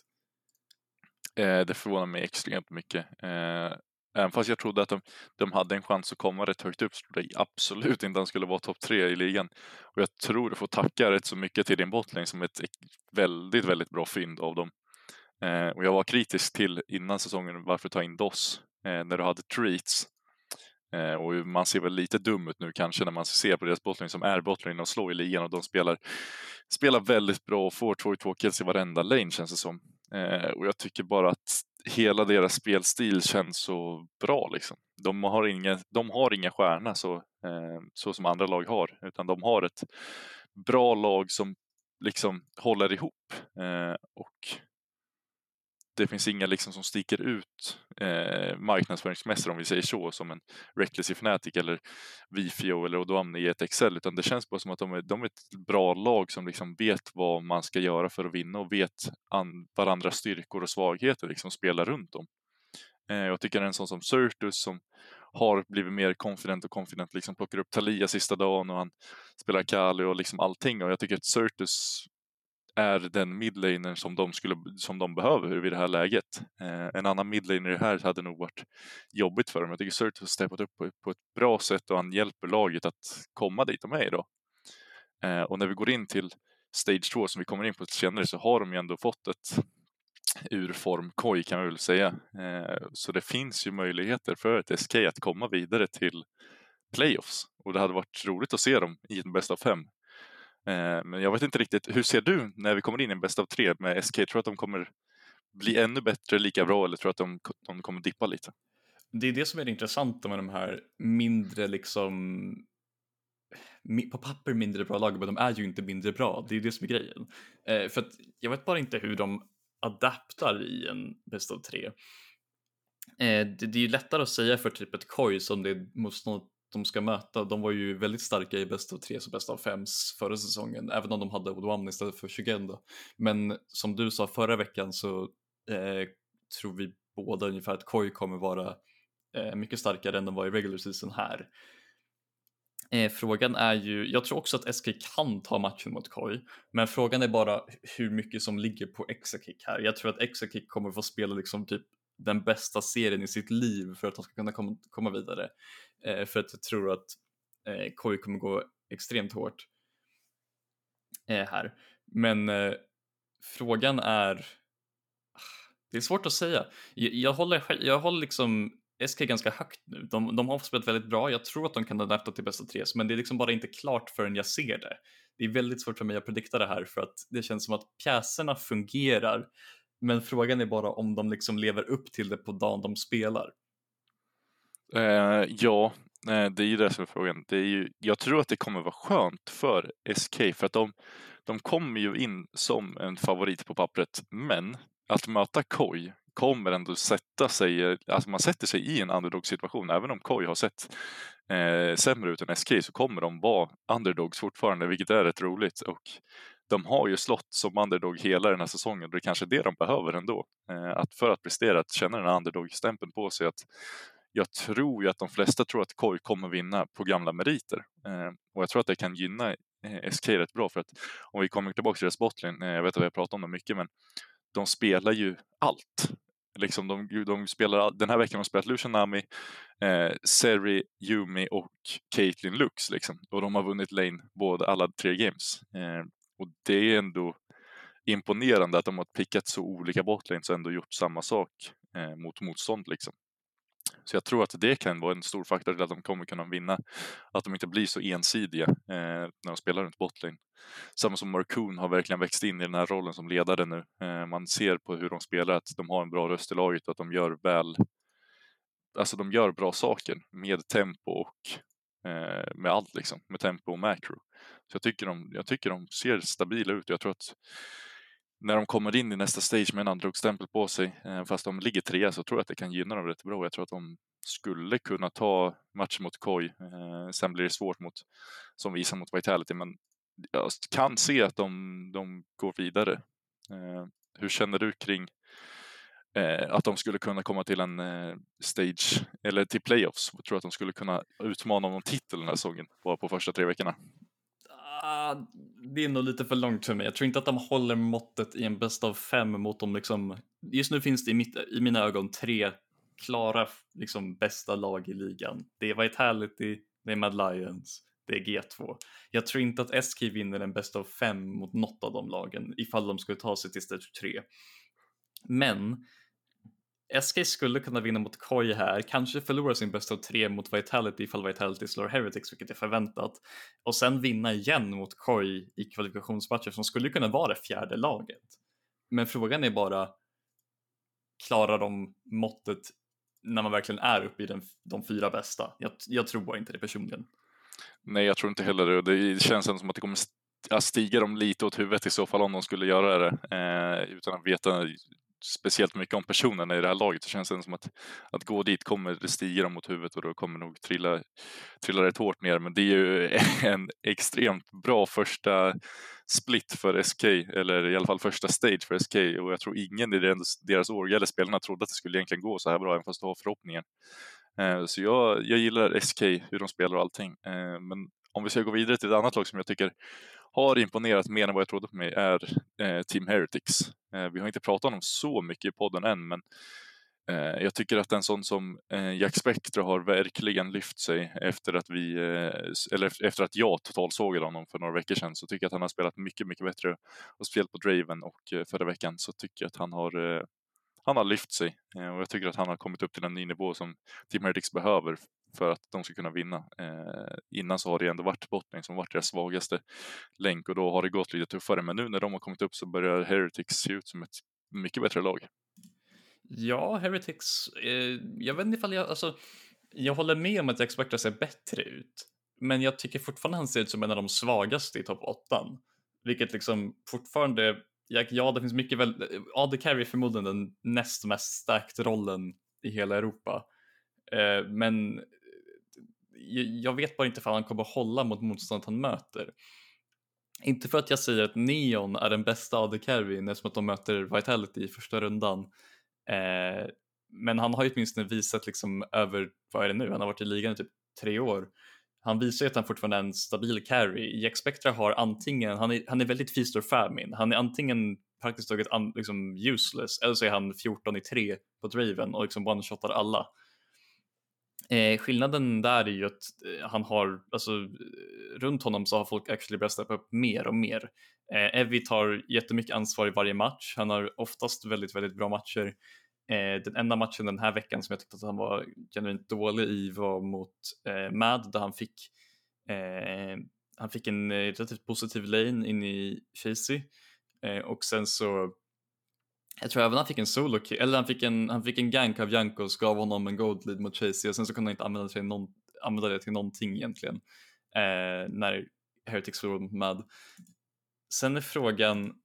Eh, det förvånar mig extremt mycket. Eh, även fast jag trodde att de, de hade en chans att komma rätt högt upp, så trodde jag absolut inte att han skulle vara topp tre i ligan. Och jag tror du får tacka rätt så mycket till din botlane som ett väldigt, väldigt bra fynd av dem. Eh, och jag var kritisk till innan säsongen varför ta in D O S eh, när du hade treats. Eh, och man ser väl lite dum ut nu kanske när man ser på deras botlane som är botlane och slår i ligan, och de spelar, spelar väldigt bra och får två två kills i varenda lane känns det som. Eh, och jag tycker bara att hela deras spelstil känns så bra liksom. De har inga, de har inga stjärna så, eh, så som andra lag har, utan de har ett bra lag som liksom håller ihop. Eh, och det finns inga liksom som sticker ut eh, marknadsföringsmässigt, om vi säger så, som en Reckless Fnatic eller Vifio eller Odoamne i ett Excel, utan det känns bara som att de är, de är ett bra lag som liksom vet vad man ska göra för att vinna och vet an, varandras styrkor och svagheter, liksom spelar runt dem. Eh, jag tycker en sån som Certus som har blivit mer confident och confident, liksom plockar upp Talia sista dagen och han spelar Kali och liksom allting, och jag tycker att Certus är den midlaner som de, skulle, som de behöver i det här läget. Eh, en annan midlaner här hade nog varit jobbigt för dem. Jag tycker Certus har steppat upp på, på ett bra sätt och han hjälper laget att komma dit de är idag. Eh, och när vi går in till Stage två som vi kommer in på senare, så har de ju ändå fått ett urform koj kan man väl säga. Eh, så det finns ju möjligheter för ett S K att komma vidare till playoffs. Och det hade varit roligt att se dem i en bäst av fem. Men jag vet inte riktigt, hur ser du när vi kommer in i en bäst av tre med S K? Tror du att de kommer bli ännu bättre, lika bra, eller tror du att de, de kommer dippa lite? Det är det som är det intressanta med de här mindre liksom på papper mindre bra lag, men de är ju inte mindre bra. Det är det som är grejen. Eh, för att jag vet bara inte hur de adaptar i en bäst av tre. Eh, det, det är ju lättare att säga för typ ett Koi som det är motstånd de ska möta. De var ju väldigt starka i bäst av tre och bäst av fem förra säsongen, även om de hade Odoamne istället för tjugo. Men som du sa förra veckan så eh, tror vi båda ungefär att Koi kommer vara eh, mycket starkare än de var i regular season här. Eh, frågan är ju, jag tror också att S K kan ta matchen mot Koi, men frågan är bara hur mycket som ligger på Exakick här. Jag tror att Exakick kommer få spela liksom typ den bästa serien i sitt liv för att han ska kunna komma, komma vidare. Eh, för att jag tror att eh, Koi kommer gå extremt hårt eh, här. Men eh, frågan är, det är svårt att säga. Jag, jag håller, jag håller liksom S K ganska högt nu. De, de har spelat väldigt bra. Jag tror att de kan adapta till bästa tre, men det är liksom bara inte klart förrän jag ser det. Det är väldigt svårt för mig att predikta det här, för att det känns som att pjäserna fungerar, men frågan är bara om de liksom lever upp till det på dagen de spelar. Eh, ja, det är ju det som är frågan. Det är ju, jag tror att det kommer vara skönt för S K, för att de, de kommer ju in som en favorit på pappret, men att möta Koi kommer ändå sätta sig, alltså man sätter sig i en underdog-situation. Även om Koi har sett eh, sämre ut än S K, så kommer de vara underdogs fortfarande, vilket är rätt roligt. Och de har ju slått som underdog hela den här säsongen, och det är kanske det de behöver ändå. Eh, att för att prestera, att känna den här underdog-stämpeln på sig. Att jag tror ju att de flesta tror att Koi kommer vinna på gamla meriter. Eh, och jag tror att det kan gynna eh, S K rätt bra, för att om vi kommer tillbaka till deras botlane, eh, jag vet att vi har pratat om det mycket, men de spelar ju allt. Liksom de, de spelar all, den här veckan har de spelat Lucian Nami, eh, Seri, Yumi och Caitlyn Lux liksom. Och de har vunnit lane både alla tre games. Eh, och det är ändå imponerande att de har pickat så olika botlanes och ändå gjort samma sak eh, mot motstånd liksom. Så jag tror att det kan vara en stor faktor till att de kommer kunna vinna. Att de inte blir så ensidiga eh, när de spelar runt botlane. Samma som Marcoon har verkligen växt in i den här rollen som ledare nu. Eh, man ser på hur de spelar att de har en bra röst i laget och att de gör väl, alltså de gör bra saker med tempo och eh, med allt liksom, med tempo och macro. Så jag tycker de, jag tycker de ser stabila ut. Jag tror att när de kommer in i nästa stage med en underdog-stämpel på sig, eh, fast de ligger trea, så tror jag att det kan gynna dem rätt bra. Jag tror att de skulle kunna ta matchen mot Koi. Eh, sen blir det svårt mot, som visar mot Vitality, men jag kan se att de, de går vidare. Eh, hur känner du kring eh, att de skulle kunna komma till en eh, stage, eller till playoffs? Jag tror att de skulle kunna utmana om någon titel den här säsongen, bara på första tre veckorna. Ah, det är nog lite för långt för mig. Jag tror inte att de håller måttet i en bäst av fem mot dem liksom. Just nu finns det i, mitt, i mina ögon tre klara liksom bästa lag i ligan. Det är Vitality, det är Mad Lions, det är G två. Jag tror inte att S K vinner en bäst av fem mot något av de lagen ifall de skulle ta sig till stage tre. Men S K skulle kunna vinna mot Koi här, kanske förlora sin bästa av tre mot Vitality ifall Vitality slår Heretics, vilket är förväntat, och sen vinna igen mot Koi i kvalifikationsmatcher som skulle kunna vara det fjärde laget. Men frågan är bara, klarar de måttet när man verkligen är uppe i den, de fyra bästa? Jag, jag tror bara inte det personligen. Nej, jag tror inte heller det. Det känns som att det kommer stiga dem lite åt huvudet i så fall om de skulle göra det, eh, utan att veta speciellt mycket om personerna i det här laget. Det känns som att, att gå dit kommer det stiga dem mot huvudet och då kommer nog trilla, trilla rätt hårt ner. Men det är ju en extremt bra första split för S K, eller i alla fall första stage för S K, och jag tror ingen i deras år eller spelarna trodde att det skulle egentligen gå så här bra, även fast de har förhoppningen. Så jag, jag gillar S K, hur de spelar och allting. Men om vi ska gå vidare till ett annat lag som jag tycker har imponerat mer än vad jag trodde på mig är eh, Team Heretics. Eh, vi har inte pratat om dem så mycket i podden än, men eh, jag tycker att en sån som eh, Jack Spectre har verkligen lyft sig efter att vi, eh, eller efter att jag totalsågade honom för några veckor sedan, så tycker jag att han har spelat mycket, mycket bättre, och speciellt på Draven, och eh, förra veckan så tycker jag att han har eh, han har lyft sig, eh, och jag tycker att han har kommit upp till en ny nivå som Team Heretics behöver för att de ska kunna vinna. Eh, innan så har det ändå varit botlane som varit deras svagaste länk, och då har det gått lite tuffare, men nu när de har kommit upp så börjar Heretics se ut som ett mycket bättre lag. Ja, Heretics, eh, jag vet inte ifall jag, alltså, jag håller med om att Jack Spectre ser bättre ut, men jag tycker fortfarande han ser ut som en av de svagaste i topp åttan, vilket liksom fortfarande, jag, ja det finns mycket väl, A D Carry är förmodligen den näst mest stacked rollen i hela Europa, eh, men jag vet bara inte ifall han kommer hålla mot motståndet han möter. Inte för att jag säger att Neon är den bästa A D Carry eftersom att de möter Vitality i första rundan. Eh, men han har ju åtminstone visat liksom över, vad är det nu, han har varit i ligan i typ tre år. Han visar ju att han fortfarande är en stabil carry. Jack Spectre har antingen, han är, han är väldigt feast or famine. Han är antingen praktiskt taget un, liksom useless, eller så är han fjorton i tre på Draven och liksom one-shotar alla. Eh, skillnaden där är ju att eh, han har, alltså runt honom så har folk actually börjat steppa upp mer och mer. Eh, Evie tar jättemycket ansvar i varje match. Han har oftast väldigt, väldigt bra matcher. Eh, den enda matchen den här veckan som jag tyckte att han var genuint dålig i var mot eh, Mad, där han fick eh, han fick en eh, relativt positiv lane in i Chasey. Eh, och sen så jag tror även han fick en solo kill, eller han fick en, han fick en gank av Jankos, gav honom en gold lead mot Chasey, och sen så kunde han inte använda, sig någon, använda det till någonting egentligen eh, när Heretics var med. Sen är frågan, eh,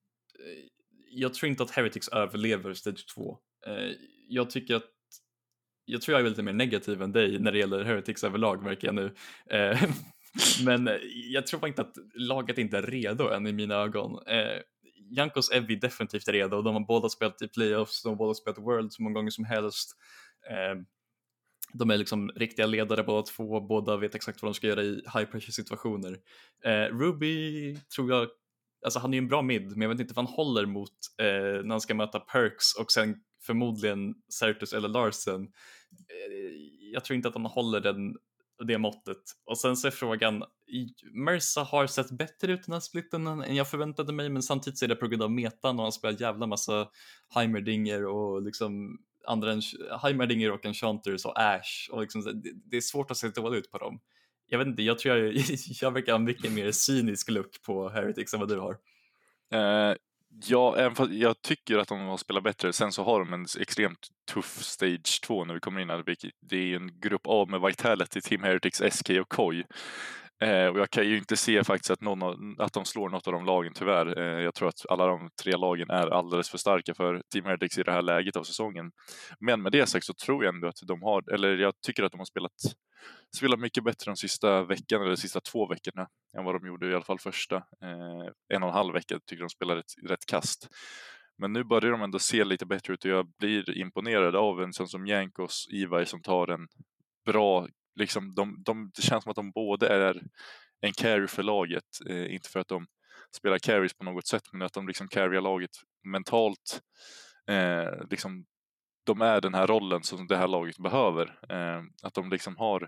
jag tror inte att Heretics överlever stage två. Eh, jag tycker att jag tror jag är lite mer negativ än dig när det gäller Heretics överlag, märker jag nu. Eh, men jag tror inte att laget inte är redo än i mina ögon. Eh, Jankos Evie definitivt är redo. De har båda spelat i playoffs, de har båda spelat World så många gånger som helst. Eh, De är liksom riktiga ledare båda två, båda vet exakt vad de ska göra i high pressure situationer. Eh, Ruby tror jag, alltså han är ju en bra mid, men jag vet inte vad han håller mot eh, när han ska möta Perks och sen förmodligen Certus eller Larsen. Eh, jag tror inte att han håller den, det måttet. Och sen så är frågan, Mersa har sett bättre ut den här splitten än jag förväntade mig, men samtidigt så är det på grund av metan och han spelar jävla massa Heimerdinger och liksom andra än Heimerdinger och Enchanters och Ash och liksom, det, det är svårt att se dåligt ut på dem. Jag vet inte, jag tror jag, jag verkar ha mycket mer cynisk look på Heretics än vad du har. Eh, ja, även fast jag tycker att de har spelat bättre. Sen så har de en extremt tuff stage två när vi kommer in här. Det är en grupp A med Vitality, Team Heretics, S K och Koi. Eh, och jag kan ju inte se faktiskt att, någon av, att de slår något av de lagen tyvärr. Eh, jag tror att alla de tre lagen är alldeles för starka för Team Heretics i det här läget av säsongen. Men med det sagt så tror jag ändå att de har, eller jag tycker att de har spelat spelat mycket bättre de sista veckan eller de sista två veckorna än vad de gjorde i alla fall första. Eh, en och en halv vecka tycker de spelar rätt, rätt kast. Men nu börjar de ändå se lite bättre ut och jag blir imponerad av en sån som Jankos, Ivar som tar en bra, liksom de, de, det känns som att de både är en carry för laget, eh, inte för att de spelar carries på något sätt, men att de liksom carryar laget mentalt, eh, liksom de är den här rollen som det här laget behöver, eh, att de liksom har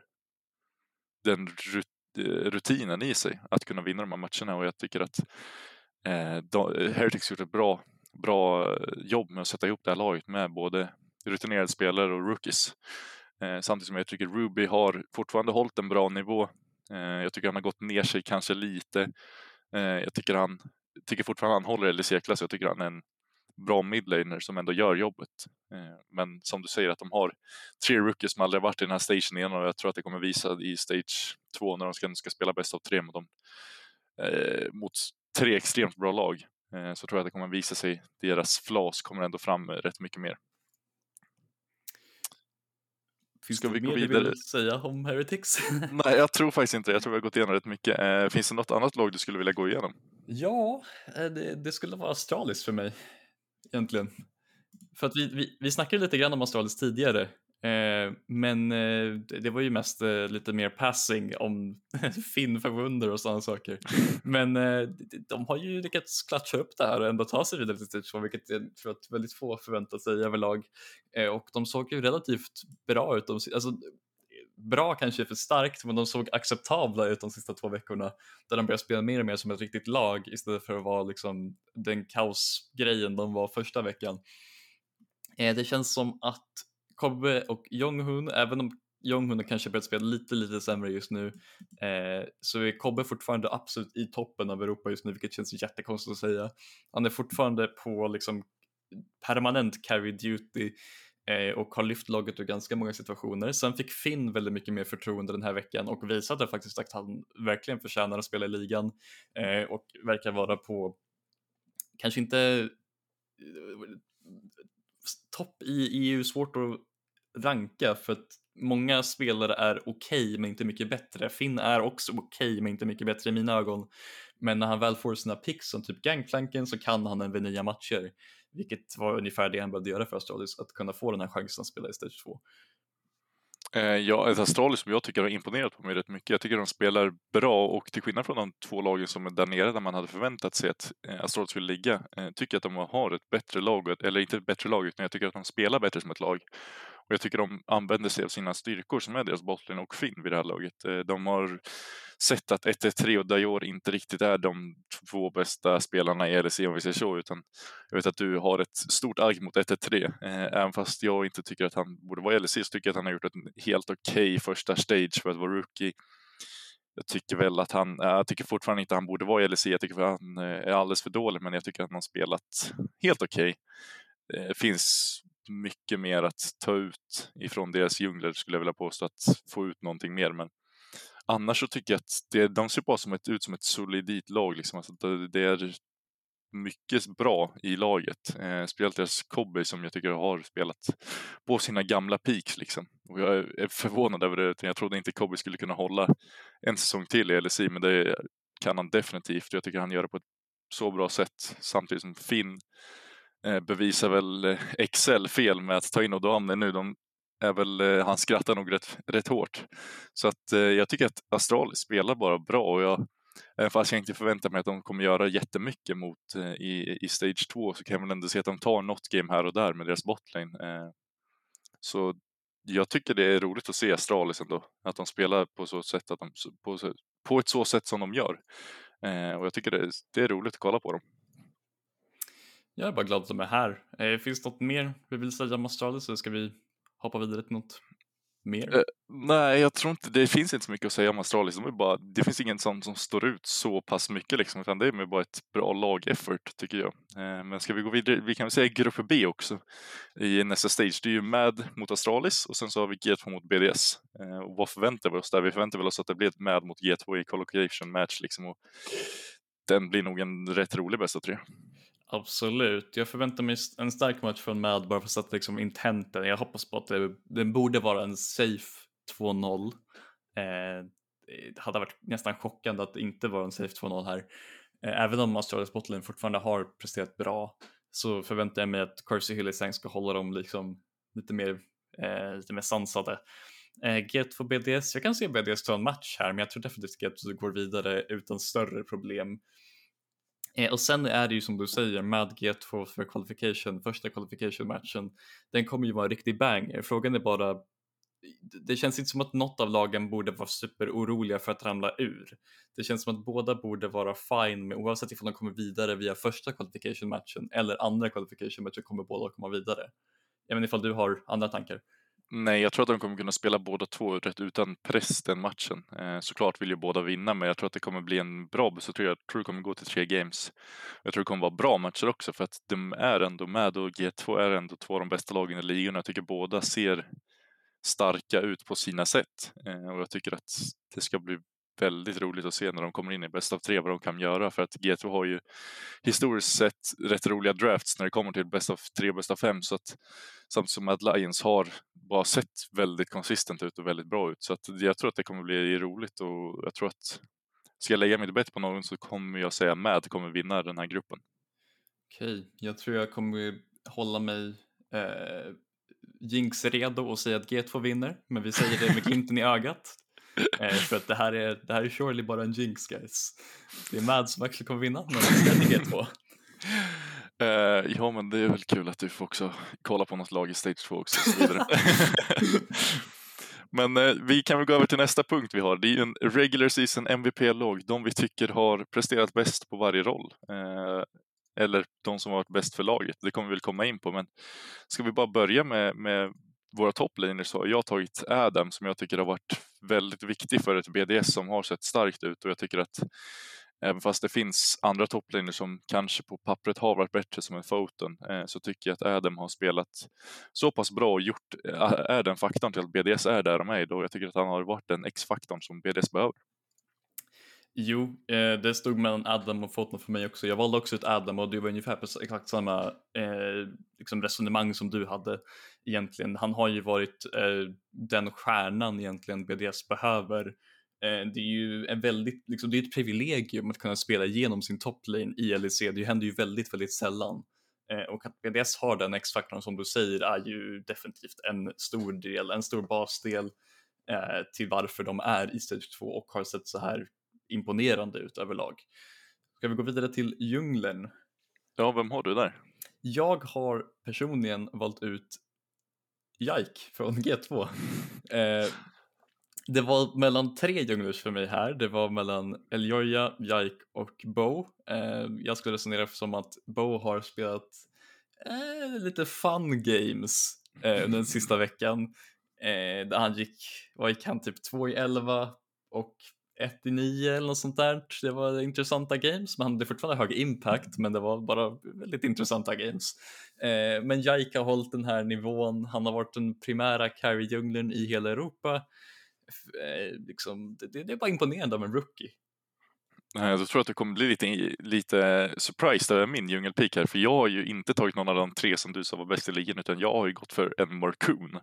den rutinen i sig att kunna vinna de här matcherna och jag tycker att eh, de, Heretics gjort ett bra, bra jobb med att sätta ihop det här laget med både rutinerade spelare och rookies. Eh, samtidigt som jag tycker Ruby har fortfarande hållit en bra nivå. Eh, jag tycker han har gått ner sig kanske lite. Eh, jag tycker han tycker fortfarande han håller L E C-klass. Jag tycker han är en bra midlaner som ändå gör jobbet. Eh, men som du säger att de har tre rookies som aldrig varit i den här stagen igen och jag tror att det kommer visa i stage två när de ska, ska spela bäst av tre mot dem. Eh, mot tre extremt bra lag. Eh, så tror jag att det kommer visa sig. Deras flas kommer ändå fram rätt mycket mer. Finns Ska det vi gå mer vidare? du vill säga om Heretics? Nej, jag tror faktiskt inte. Jag tror vi har gått igenom rätt mycket. Eh, finns det något annat lag du skulle vilja gå igenom? Ja, det, det skulle vara Astralis för mig egentligen. För att vi, vi, vi snackade lite grann om Astralis tidigare, eh, men eh, det, det var ju mest eh, lite mer passing om Finn förvunder och sådana saker. Men eh, de, de har ju lyckats klatscha upp det här och ändå ta sig vidare till stage två, vilket jag tror att väldigt få förväntar sig överlag. Eh, och de såg ju relativt bra ut. De, alltså, bra kanske är för starkt, men de såg acceptabla ut de sista två veckorna där de började spela mer och mer som ett riktigt lag istället för att vara liksom den kaosgrejen de var första veckan. Eh, det känns som att Kobbe och Jonghun, även om Jonghun kanske börjat spela lite lite sämre just nu, eh, så är Kobbe fortfarande absolut i toppen av Europa just nu, vilket känns jättekonstigt att säga. Han är fortfarande på liksom permanent carry duty eh, och har lyft laget ur ganska många situationer. Sen fick Finn väldigt mycket mer förtroende den här veckan och visade faktiskt att han verkligen förtjänar att spela i ligan eh, och verkar vara på, kanske inte topp i E U, svårt att ranka för att många spelare är okej okay, men inte mycket bättre. Finn är också okej okay, men inte mycket bättre i mina ögon. Men när han väl får sina picks som typ Gangplanken så kan han en vid nya matcher, vilket var ungefär det han behövde göra för Astralis, att kunna få den här chansen att spela i stage två. Ja, ett Astralis som jag tycker har imponerat på mig rätt mycket. Jag tycker de spelar bra och till skillnad från de två lagen som är där nere där man hade förväntat sig att Astralis skulle ligga, tycker jag att de har ett bättre lag, eller inte ett bättre lag utan jag tycker att de spelar bättre som ett lag. Och jag tycker de använder sig av sina styrkor som är deras botlane och Finn vid det här laget. De har sett att ett ett tre och Dior inte riktigt är de två bästa spelarna i L E C om vi säger så, utan jag vet att du har ett stort arg mot ett ett tre. Även fast jag inte tycker att han borde vara i L E C så tycker jag att han har gjort ett helt okej okay första stage för att vara rookie. Jag tycker väl att han, jag tycker fortfarande inte att han borde vara i L E C. Jag tycker att han är alldeles för dålig, men jag tycker att han har spelat helt okej. Okay. Det finns mycket mer att ta ut ifrån deras djungler skulle jag vilja påstå, att få ut någonting mer, men annars så tycker jag att det, de ser bara som ett, ut som ett solidit lag liksom. Alltså det, det är mycket bra i laget. Eh, speciellt deras Kobbe som jag tycker har spelat på sina gamla peaks liksom. Och jag är förvånad över det. Jag trodde inte Kobbe skulle kunna hålla en säsong till i L E C, men det kan han definitivt. Jag tycker han gör det på ett så bra sätt. Samtidigt som Finn eh, bevisar väl Excel fel med att ta in Odoamne nu. De är väl, eh, han skrattar nog rätt, rätt hårt. Så att eh, jag tycker att Astralis spelar bara bra och jag, även fast jag inte förväntar mig att de kommer göra jättemycket mot eh, i, i stage två, så kan jag väl ändå se att de tar något game här och där med deras botlane. Eh, så jag tycker det är roligt att se Astralis ändå, att de spelar på så sätt att de, på, så- på ett så sätt som de gör. Eh, och jag tycker det, är- det är roligt att kolla på dem. Jag är bara glad att de är här. Eh, finns det något mer vi vill säga om Astralis, eller ska vi hoppa vidare till något mer? Eh, nej, jag tror inte, det finns inte så mycket att säga om Astralis. De är bara, det finns ingen sån som står ut så pass mycket liksom, utan det är med bara ett bra lag-effort tycker jag. Eh, men ska vi gå vidare, vi kan väl säga grupp B också i nästa stage. Det är ju Mad mot Astralis och sen så har vi G två mot B D S. Eh, och vad förväntar vi oss där? Vi förväntar väl oss att det blir ett Mad mot G två i collocation match liksom, och den blir nog en rätt rolig bästa tre. Absolut. Jag förväntar mig en stark match från Mad bara för att sätta liksom intenten. Jag hoppas på att det, den borde vara en safe två noll. Eh, det hade varit nästan chockande att det inte var en safe två noll här. Eh, även om Astralis botlane fortfarande har presterat bra så förväntar jag mig att Corsi Hyllisang ska hålla dem liksom lite mer, eh, lite mer sansade. Eh, G två B D S, jag kan se B D S ta en match här, men jag tror definitivt att G två går vidare utan större problem. Eh, och sen är det ju som du säger, med G två för qualification, första qualification matchen, den kommer ju vara en riktig banger. Frågan är bara, det känns inte som att något av lagen borde vara superoroliga för att ramla ur. Det känns som att båda borde vara fine med, oavsett ifall de kommer vidare via första qualification matchen eller andra qualification matchen, kommer båda komma vidare. Även ifall du har andra tankar. Nej, jag tror att de kommer kunna spela båda två rätt utan press den matchen. Eh, såklart vill ju båda vinna, men jag tror att det kommer bli en bra, så tror jag, tror det kommer gå till tre games. Jag tror det kommer vara bra matcher också, för att de är ändå med och G två är ändå två av de bästa lagen i ligan. Jag tycker båda ser starka ut på sina sätt. Eh, och jag tycker att det ska bli väldigt roligt att se när de kommer in i bäst av tre vad de kan göra, för att G två har ju historiskt sett rätt roliga drafts när det kommer till bäst av tre, bäst av fem, så att samtidigt som Mad Lions har bara sett väldigt konsistent ut och väldigt bra ut, så att jag tror att det kommer bli roligt och jag tror att ska jag lägga mitt bett på någon så kommer jag säga Mad kommer vinna den här gruppen. Okej, jag tror jag kommer hålla mig eh, jinx redo och säga att G två vinner, men vi säger det med glimten i ögat. Eh, för att det här är, det här är surely bara en jinx, guys. Det är Mad som verkligen kommer vinna, men det är G två. Uh, ja, men det är väl kul att du får också kolla på något lag i stage två också. Så vidare. Men uh, vi kan väl gå över till nästa punkt vi har. Det är ju en regular season M V P-lag. De vi tycker har presterat bäst på varje roll. Uh, eller de som har varit bäst för laget. Det kommer vi väl komma in på. Men ska vi bara börja med, med våra topliners, så har jag tagit Adam som jag tycker har varit väldigt viktig för ett B D S som har sett starkt ut. Och jag tycker att även fast det finns andra topplinjer som kanske på pappret har varit bättre som en Photon, eh, så tycker jag att Adam har spelat så pass bra och gjort, är den faktorn till att B D S är där de är idag. Jag tycker att han har varit den X-faktorn som B D S behöver. Jo, eh, det stod mellan Adam och Photon för mig också. Jag valde också ut Adam och det var ungefär på exakt samma eh, liksom resonemang som du hade egentligen. Han har ju varit eh, den stjärnan egentligen B D S behöver. Eh, det är ju en väldigt, liksom, det är ett privilegium att kunna spela igenom sin toplane i L E C. Det händer ju väldigt, väldigt sällan. Eh, och att B D S har den X-faktorn som du säger är ju definitivt en stor del, en stor basdel eh, till varför de är i stage två och har sett så här imponerande ut överlag. Ska vi gå vidare till djungeln? Ja, vem har du där? Jag har personligen valt ut Yike från G två. eh, det var mellan tre djunglers för mig här. Det var mellan Eljoja, Yike och Bo. Eh, jag skulle resonera som att Bo har spelat eh, lite fun games eh, under den sista veckan. Eh, där han gick, vad gick han, typ två i elva och ett i nio eller något sånt där. Det var intressanta games, men det är fortfarande hög impact, men det var bara väldigt intressanta games. Eh, men Yike har hållit den här nivån. Han har varit den primära carry-djungeln i hela Europa. Eh, liksom, det, det är bara imponerande av en rookie. Jag tror att du kommer bli lite, lite surprised över min djungelpik här, för jag har ju inte tagit någon av de tre som du sa var bäst i ligan, utan jag har ju gått för en Marcoon.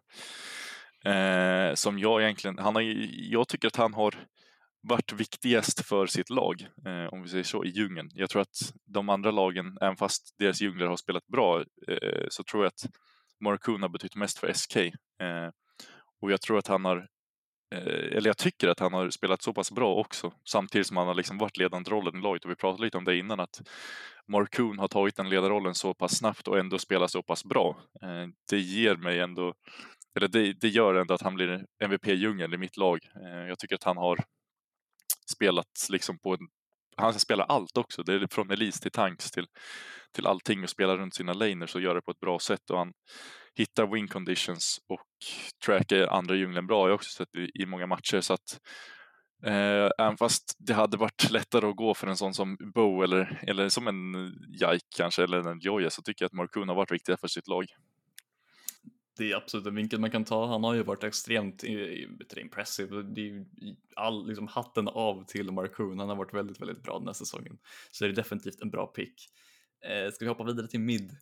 Eh, som jag egentligen, han har, jag tycker att han har varit viktigast för sitt lag, eh, om vi säger så, i djungeln. Jag tror att de andra lagen, även fast deras djungler har spelat bra, eh, så tror jag att Marcoon har betytt mest för S K. Eh, och jag tror att han har eller jag tycker att han har spelat så pass bra också, samtidigt som han har liksom varit ledande rollen i laget, och vi pratade lite om det innan, att Markoon har tagit den ledarrollen så pass snabbt och ändå spelar så pass bra. Det ger mig ändå, eller det, det gör ändå att han blir M V P-djungeln i mitt lag. Jag tycker att han har spelat liksom på en, han ska spela allt också, det är från Elise till tanks till, till allting, och spela runt sina laners och göra det på ett bra sätt, och han hittar win conditions och trackar andra djungeln bra. Jag har också sett i, i många matcher, så att eh, även fast det hade varit lättare att gå för en sån som Bo eller, eller som en Jike kanske, eller en Joya, så tycker jag att Markoon har varit viktig för sitt lag. Det är absolut en vinkel man kan ta. Han har ju varit extremt impressive. Det är ju all, liksom, hatten av till Markoon. Han har varit väldigt, väldigt bra den här säsongen. Så det är definitivt en bra pick. Eh, ska vi hoppa vidare till mid?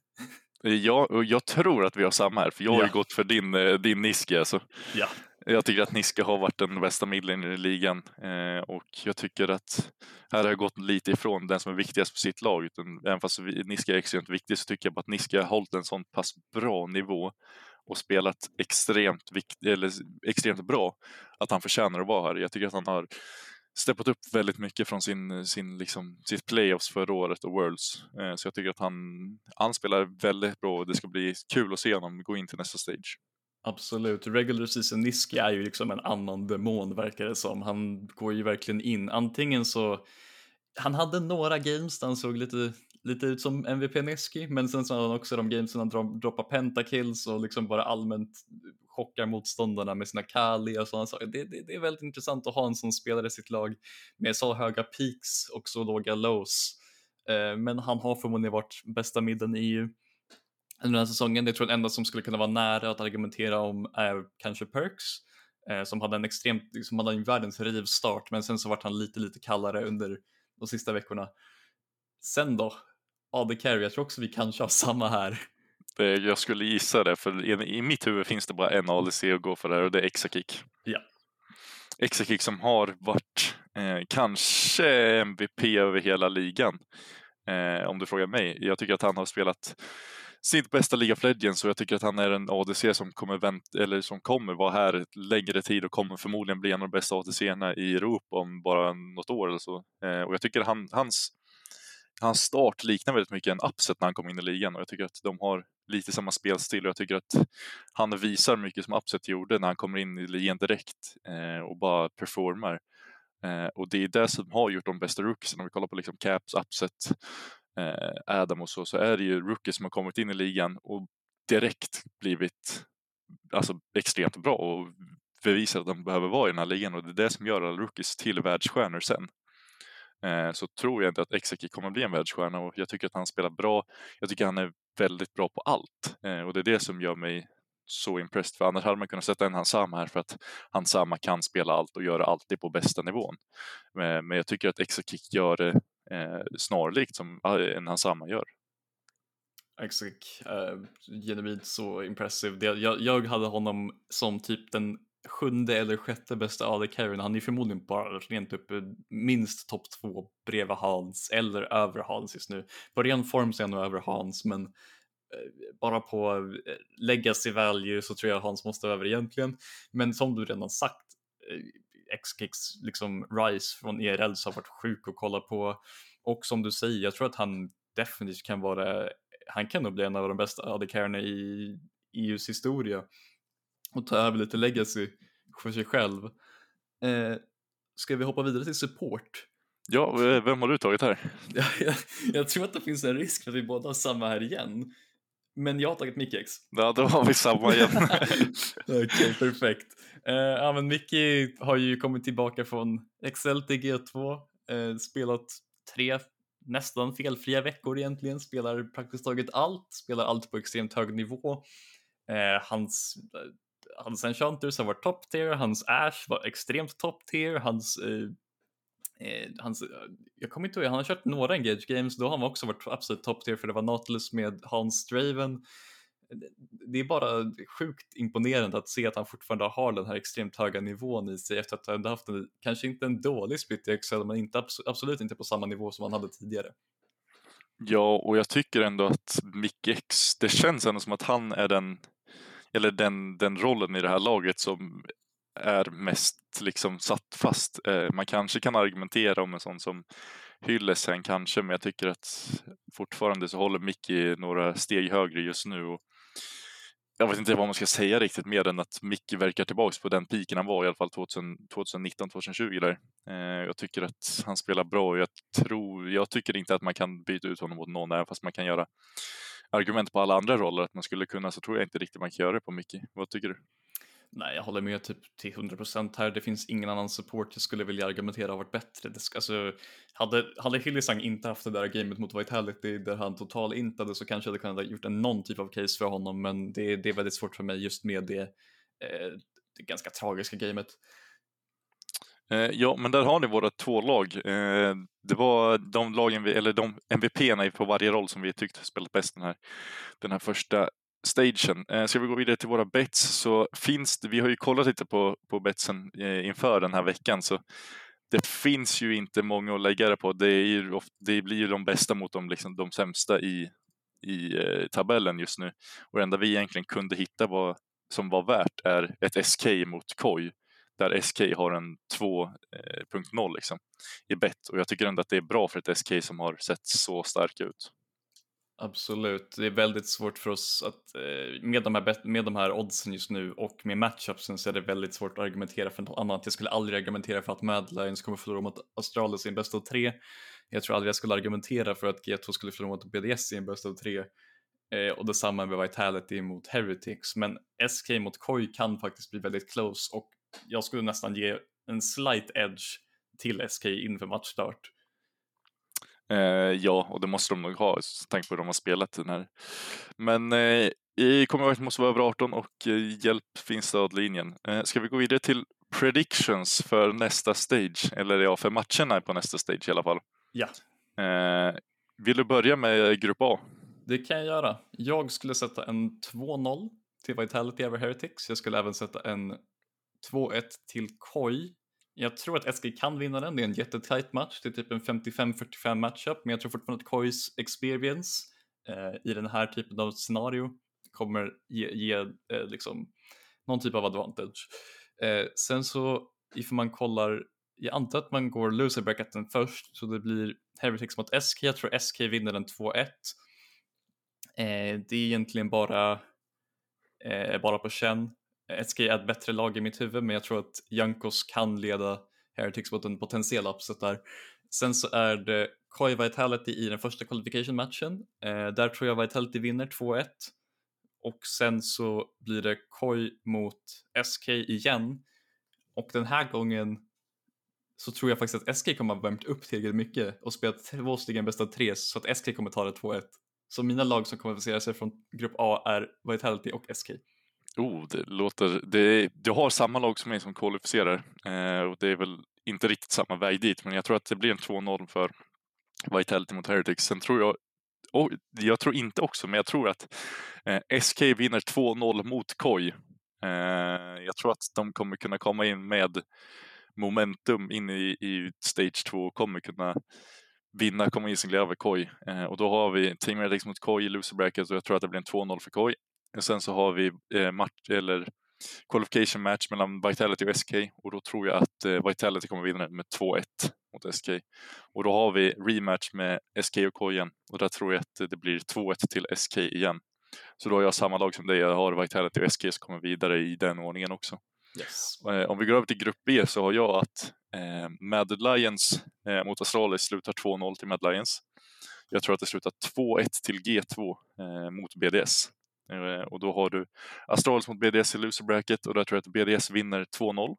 Ja, och jag tror att vi har samma här, för jag har Ja. ju gått för din, din Niske. Alltså. Ja. Jag tycker att Niske har varit den bästa midlen i ligan, eh, och jag tycker att här har jag gått lite ifrån den som är viktigast för sitt lag. Utan, även fast Niske är extremt viktig, så tycker jag att Niske har hållit en sån pass bra nivå och spelat extremt, vikt, eller extremt bra att han förtjänar att vara här. Jag tycker att han har steppat upp väldigt mycket från sin, sin liksom, sitt playoffs förra året och Worlds. Eh, så jag tycker att han, han spelar väldigt bra, och det ska bli kul att se honom gå in till nästa stage. Absolut. Regular season Niske är ju liksom en annan demon, verkar det som. Han går ju verkligen in. Antingen så, han hade några games där han såg lite, lite ut som M V P Niski, men sen så har han också de games där han dro- droppar pentakills och liksom bara allmänt chockar motståndarna med sina Kali och sådana saker. Det, det, det är väldigt intressant att ha en sån spelare i sitt lag med så höga peaks och så låga lows. Eh, men han har förmodligen varit bästa midden i E U den här säsongen. Jag tror den enda som skulle kunna vara nära att argumentera om är kanske Perks, eh, som hade en extremt, som hade en världens rivstart, men sen så vart han lite lite kallare under de sista veckorna. Sen då, A D Carry, jag tror också vi kanske har samma här. Det, jag skulle gissa det, för i, i mitt huvud finns det bara en A D C att gå för det här, och det är Exakick. Ja. Exakick som har varit eh, kanske M V P över hela ligan, eh, om du frågar mig. Jag tycker att han har spelat sitt bästa League of Legends, och jag tycker att han är en A D C som kommer, vänt, eller som kommer vara här längre tid och kommer förmodligen bli en av de bästa A D C-erna i Europa om bara något år eller så. Eh, och jag tycker han, hans, hans start liknar väldigt mycket en upset när han kom in i ligan, och jag tycker att de har lite samma spelstil, och jag tycker att han visar mycket som upset gjorde när han kommer in i ligan direkt eh, och bara performar. Eh, och det är det som har gjort de bästa rookies. Om vi kollar på liksom Caps, upset, eh, Adam och så, så är det ju rookies som har kommit in i ligan och direkt blivit alltså, extremt bra och bevisar att de behöver vara i den här ligan, och det är det som gör alla rookies till världsstjärnor sen. Eh, så tror jag inte att Exaki kommer bli en världsstjärna, och jag tycker att han spelar bra. Jag tycker han är väldigt bra på allt, eh, och det är det som gör mig så impressed, för annars hade man kunnat sätta en Hansama här, för att Hansama kan spela allt och göra alltid på bästa nivån. Men, men jag tycker att Exakick gör det eh, snarlikt som en Hansama gör. Exakt, uh, genuint så impressive. Det, jag, jag hade honom som typ den sjunde eller sjätte bästa A D-carryn. Han är förmodligen bara rent upp minst topp två bredvid Hans eller över Hans just nu. På ren form så är han nog över Hans, men uh, bara på uh, legacy value så tror jag Hans måste över egentligen. Men som du redan sagt, uh, X-Kicks liksom rise från E R L så har varit sjuk att kolla på. Och som du säger, jag tror att han definitivt kan vara, han kan nog bli en av de bästa A D-carryna i E U:s historia och ta över lite legacy för sig själv. Eh, ska vi hoppa vidare till support? Ja, vem har du tagit här? jag, jag, jag tror att det finns en risk för att vi båda har samma här igen. Men jag har tagit Mickex. Ja, då har vi samma igen. Okej, okay, perfekt. Uh, ja, men Mickey har ju kommit tillbaka från X L till G två. Uh, spelat tre nästan felfria veckor egentligen. Spelar praktiskt taget allt. Spelar allt på extremt hög nivå. Uh, hans, uh, hans Enchanters har varit top tier. Hans Ash var extremt top tier. Hans... Uh, Eh, hans, jag kommer inte ihåg, han har kört några Engage Games, då har han också varit absolut top tier, för det var Nautilus med Hans Draven. Det är bara sjukt imponerande att se att han fortfarande har den här extremt höga nivån i sig efter att han haft en, kanske inte en dålig split i Excel, men inte, absolut inte på samma nivå som han hade tidigare. Ja, och jag tycker ändå att Mick X, det känns ändå som att han är den, eller den, den rollen i det här laget som är mest liksom satt fast. Eh, man kanske kan argumentera om en sån som Hyllesen kanske, men jag tycker att fortfarande så håller Mickey några steg högre just nu. Och jag vet inte vad man ska säga riktigt mer än att Mickey verkar tillbaks på den piken han var i alla fall tjugonitton tjugotjugo där. Eh, jag tycker att han spelar bra och jag tror, jag tycker inte att man kan byta ut honom mot någon, även fast man kan göra argument på alla andra roller att man skulle kunna, så tror jag inte riktigt man kan göra det på Mickey. Vad tycker du? Nej, jag håller med typ till hundra procent här. Det finns ingen annan support jag skulle vilja argumentera har varit bättre. Det ska, alltså, hade, hade Hyllisang inte haft det där gamet mot Vitality där han total intade, så kanske jag hade kunnat ha gjort en någon typ av case för honom, men det, det är väldigt svårt för mig just med det, eh, det ganska tragiska gamet. Eh, ja, men där har ni våra två lag. Eh, det var de lagen, vi, eller de M V P-erna på varje roll som vi tyckte spelat bäst den här, den här första stagen. Eh, ska vi gå vidare till våra bets, så finns det, vi har ju kollat lite på, på betsen eh, inför den här veckan, så det finns ju inte många att lägga det på. Det, är ju ofta, det blir ju de bästa mot de, liksom, de sämsta i, i eh, tabellen just nu. Och det enda vi egentligen kunde hitta var, som var värt är ett S K mot Koi, där S K har en två punkt noll liksom, i bet. Och jag tycker ändå att det är bra för ett S K som har sett så stark ut. Absolut, det är väldigt svårt för oss att med de här, bet- med de här oddsen just nu och med matchupsen så är det väldigt svårt att argumentera för något annat. Jag skulle aldrig argumentera för att Mad Lions kommer förlora mot Astralis i en bäst av tre. Jag tror aldrig jag skulle argumentera för att G två skulle förlora mot B D S i en bäst av tre. Eh, och detsamma med Vitality mot Heretics. Men S K mot Koi kan faktiskt bli väldigt close och jag skulle nästan ge en slight edge till S K inför matchstart. Eh, ja, och det måste de nog ha, tänk på hur de har spelat den här. Men eh, i kommer ihåg att det måste vara över arton och eh, hjälp finns stödlinjen. Eh, ska vi gå vidare till predictions för nästa stage, eller ja, för matcherna på nästa stage i alla fall. Ja. Eh, vill du börja med grupp A? Det kan jag göra. Jag skulle sätta en två noll till Vitality över Heretics. Jag skulle även sätta en två ett till Koi. Jag tror att S K kan vinna den. Det är en jättetight match. Det är typ en femtiofem fyrtiofem matchup. Men jag tror fortfarande att Kois experience eh, i den här typen av scenario kommer ge, ge eh, liksom någon typ av advantage. Eh, sen så, ifall man kollar, jag antar att man går loser bracketen först, så det blir Heretics mot S K. Jag tror S K vinner den två ett. Eh, det är egentligen bara, eh, bara på känn. S K är ett bättre lag i mitt huvud, men jag tror att Jankos kan leda Heretics mot en potentiell upset där. Sen så är det Koi Vitality i den första qualification matchen. Eh, där tror jag Vitality vinner två ett. Och sen så blir det Koi mot S K igen. Och den här gången så tror jag faktiskt att S K kommer ha värmt upp tillräckligt mycket och spelat två stycken bästa tre, så att S K kommer ta det två ett. Så mina lag som kvalificerar sig från grupp A är Vitality och S K. Oh, det låter... Det, du har samma lag som mig som kvalificerar. Eh, och det är väl inte riktigt samma väg dit, men jag tror att det blir en två noll för Vitality mot Heretics. Sen tror jag... Oh, jag tror inte också, men jag tror att eh, S K vinner två noll mot Koi. Eh, jag tror att de kommer kunna komma in med momentum in i, i stage två och kommer kunna vinna, komma in sin över Koi. Eh, och då har vi Team Heretics mot Koi i loser bracket och jag tror att det blir en två noll för Koi. Och sen så har vi eh, match, eller qualification match mellan Vitality och S K, och då tror jag att eh, Vitality kommer vinna med två ett mot S K. Och då har vi rematch med S K och Koi igen, och där tror jag att det blir två ett till S K igen. Så då har jag samma lag som dig, jag har Vitality och S K som kommer vidare i den ordningen också. Yes. Eh, om vi går över till grupp B så har jag att eh, Mad Lions eh, mot Astralis slutar två noll till Mad Lions. Jag tror att det slutar två ett till G två eh, mot B D S. Eh, och då har du Astralis mot B D S i loser bracket, och där tror jag att B D S vinner två noll.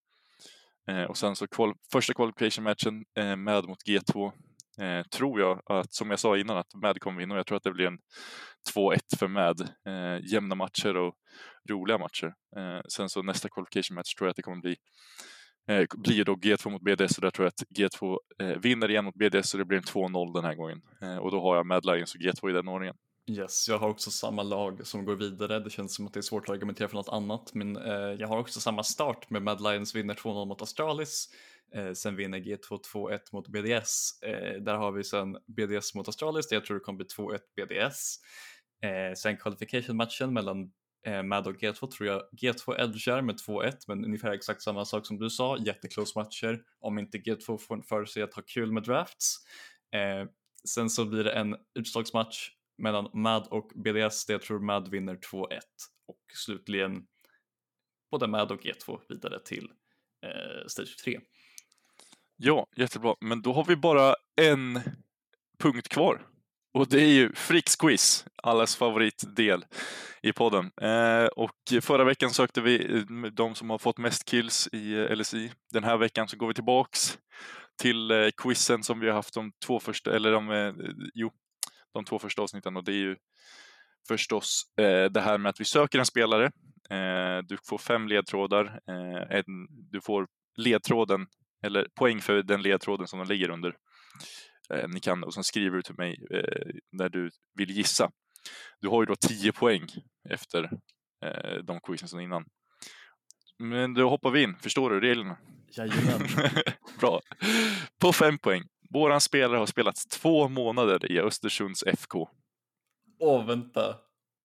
Eh, och sen så kval- första qualification matchen eh, Mad mot G två. Eh, tror jag att, som jag sa innan, att Mad kommer vinna, och jag tror att det blir en två ett för Mad. Eh, jämna matcher och roliga matcher. Eh, sen så nästa qualification match tror jag att det kommer bli eh, blir då G två mot B D S, och där tror jag att G två eh, vinner igen mot B D S, så det blir en två noll den här gången. Eh, och då har jag Mad Lions och G två i den ordningen. Yes, jag har också samma lag som går vidare. Det känns som att det är svårt att argumentera för något annat, men eh, jag har också samma start med Mad Lions vinner två noll mot Astralis. Eh, sen vinner G två två ett mot B D S. Eh, där har vi sen B D S mot Astralis, där jag tror det kommer bli två ett B D S. Eh, sen qualification matchen mellan eh, Mad och G två tror jag G två edgar med två ett, men ungefär exakt samma sak som du sa, jätteklos matcher om inte G två får för sig att ha kul med drafts. Eh, sen så blir det en utslagsmatch mellan Mad och B D S där jag tror Mad vinner två ett, och slutligen både Mad och G två vidare till eh, stage tre. Ja, jättebra. Men då har vi bara en punkt kvar. Och det är ju Fricks quiz, allas favoritdel i podden. Eh, och förra veckan sökte vi de som har fått mest kills i L S I. Den här veckan så går vi tillbaks till eh, quizen som vi har haft de två första, eller de, eh, jo, de två första avsnitten. Och det är ju förstås eh, det här med att vi söker en spelare. Eh, du får fem ledtrådar. Eh, en, du får ledtråden, eller poäng för den ledtråden som den ligger under. Eh, ni kan, och sen skriver du till mig eh, när du vill gissa. Du har ju då tio poäng efter eh, de quizen som innan. Men då hoppar vi in, förstår du reglerna? Jajamän. Bra. På fem poäng. Våran spelare har spelat två månader i Östersunds F K. Åh, oh, vänta.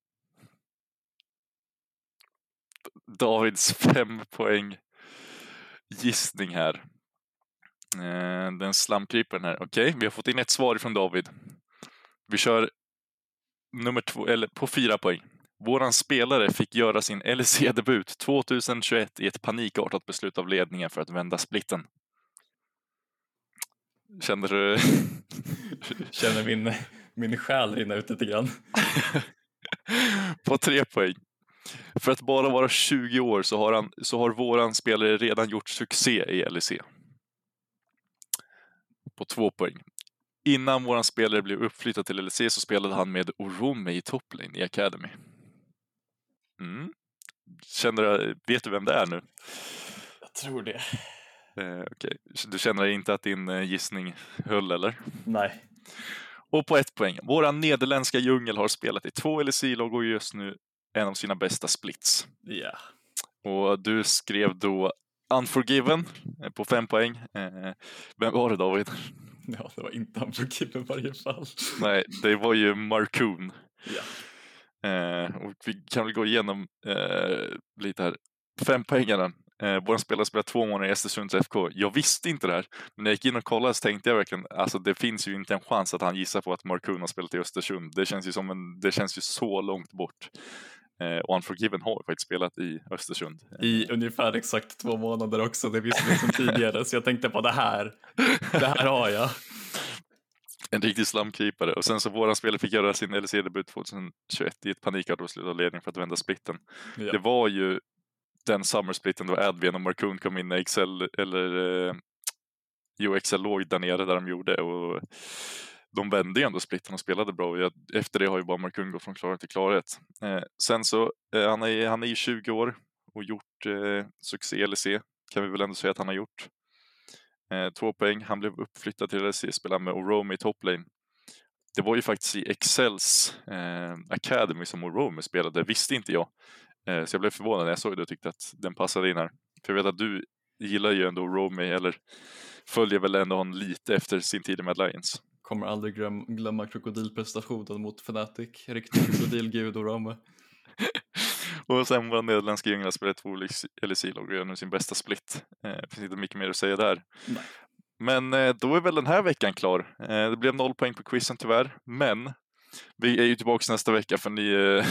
Davids fem poäng gissning här. Eh, den slamkryparen här. Okej, okay, vi har fått in ett svar från David. Vi kör nummer två, eller på fyra poäng. Våran spelare fick göra sin L C debut tjugohundratjugoett i ett panikartat beslut av ledningen för att vända splitten. Kände du? Känner min, min själ rinna ut lite grann. På tre poäng. För att bara vara tjugo år så har, han, så har våran spelare redan gjort succé i L C. På två poäng. Innan våran spelare blev uppflyttad till L C så spelade han med Orome i toplane i Academy. Mm. Känner du, vet du vem det är nu? Jag tror det. Eh, okay. Du känner inte att din eh, gissning höll, eller? Nej. Och på ett poäng. Våran nederländska djungel har spelat i två L C-lag och just nu en av sina bästa splits. Ja. Yeah. Och du skrev då Unforgiven på fem poäng. Eh, vem var det, David? Ja, det var inte Unforgiven i varje fall. Nej, det var ju Markoon. Ja. Eh, och vi kan väl gå igenom eh, lite här. Fem poängaren. Eh, vår spelare spelar två månader i Östersunds F K. Jag visste inte det här. Men när jag gick in och kollade så tänkte jag verkligen, alltså det finns ju inte en chans att han gissar på att Markoon har spelat i Östersund. Det känns ju som en, det känns ju så långt bort. Eh, och Unforgiven har faktiskt spelat i Östersund. I ungefär exakt två månader också. Det visste vi sedan tidigare. Så jag tänkte på det här. Det här har jag. En riktig slamkrypare. Och sen så våran spelare fick göra sin L C-debut tjugohundratjugoett i ett panikartat beslut av ledning för att vända splitten. Ja. Det var ju den summersplitten då Advian och Markoon kom in när Excel, eller eh, jo, Excel låg där nere där de gjorde. Och de vände ju ändå splitten och spelade bra. Och jag, efter det har ju bara Markoon gått från klarhet till klarhet. Eh, sen så, eh, han är han är ju tjugo år och gjort eh, succé i L C. Kan vi väl ändå säga att han har gjort. Eh, två poäng. Han blev uppflyttad till L C, spelade med Orome i toplane. Det var ju faktiskt i Excels eh, Academy som Orome spelade. Visste inte jag. Eh, så jag blev förvånad när jag såg det och tyckte att den passade in här. För jag vet att du gillar ju ändå Orome, eller följer väl ändå hon lite efter sin tid med Lions. Kommer aldrig glöm, glömma krokodilprestationen mot Fnatic. Riktig krokodilgud Orome. Och sen var nederländska djunglar spelat två L C-lag och gör nu sin bästa split. Eh, det finns inte mycket mer att säga där. Nej. Men eh, då är väl den här veckan klar. Eh, det blev noll poäng på quizen tyvärr. Men vi är ju tillbaka nästa vecka för ni, eh,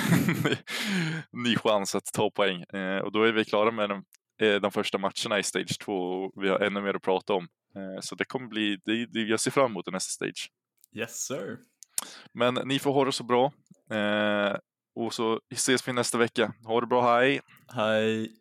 ny chans att ta poäng. Eh, och då är vi klara med de, eh, de första matcherna i stage två och vi har ännu mer att prata om. Eh, så det kommer bli, det, det, jag ser fram emot det nästa stage. Yes sir. Men ni får ha det så bra. Eh, och så ses vi nästa vecka. Ha det bra, hej! Hej!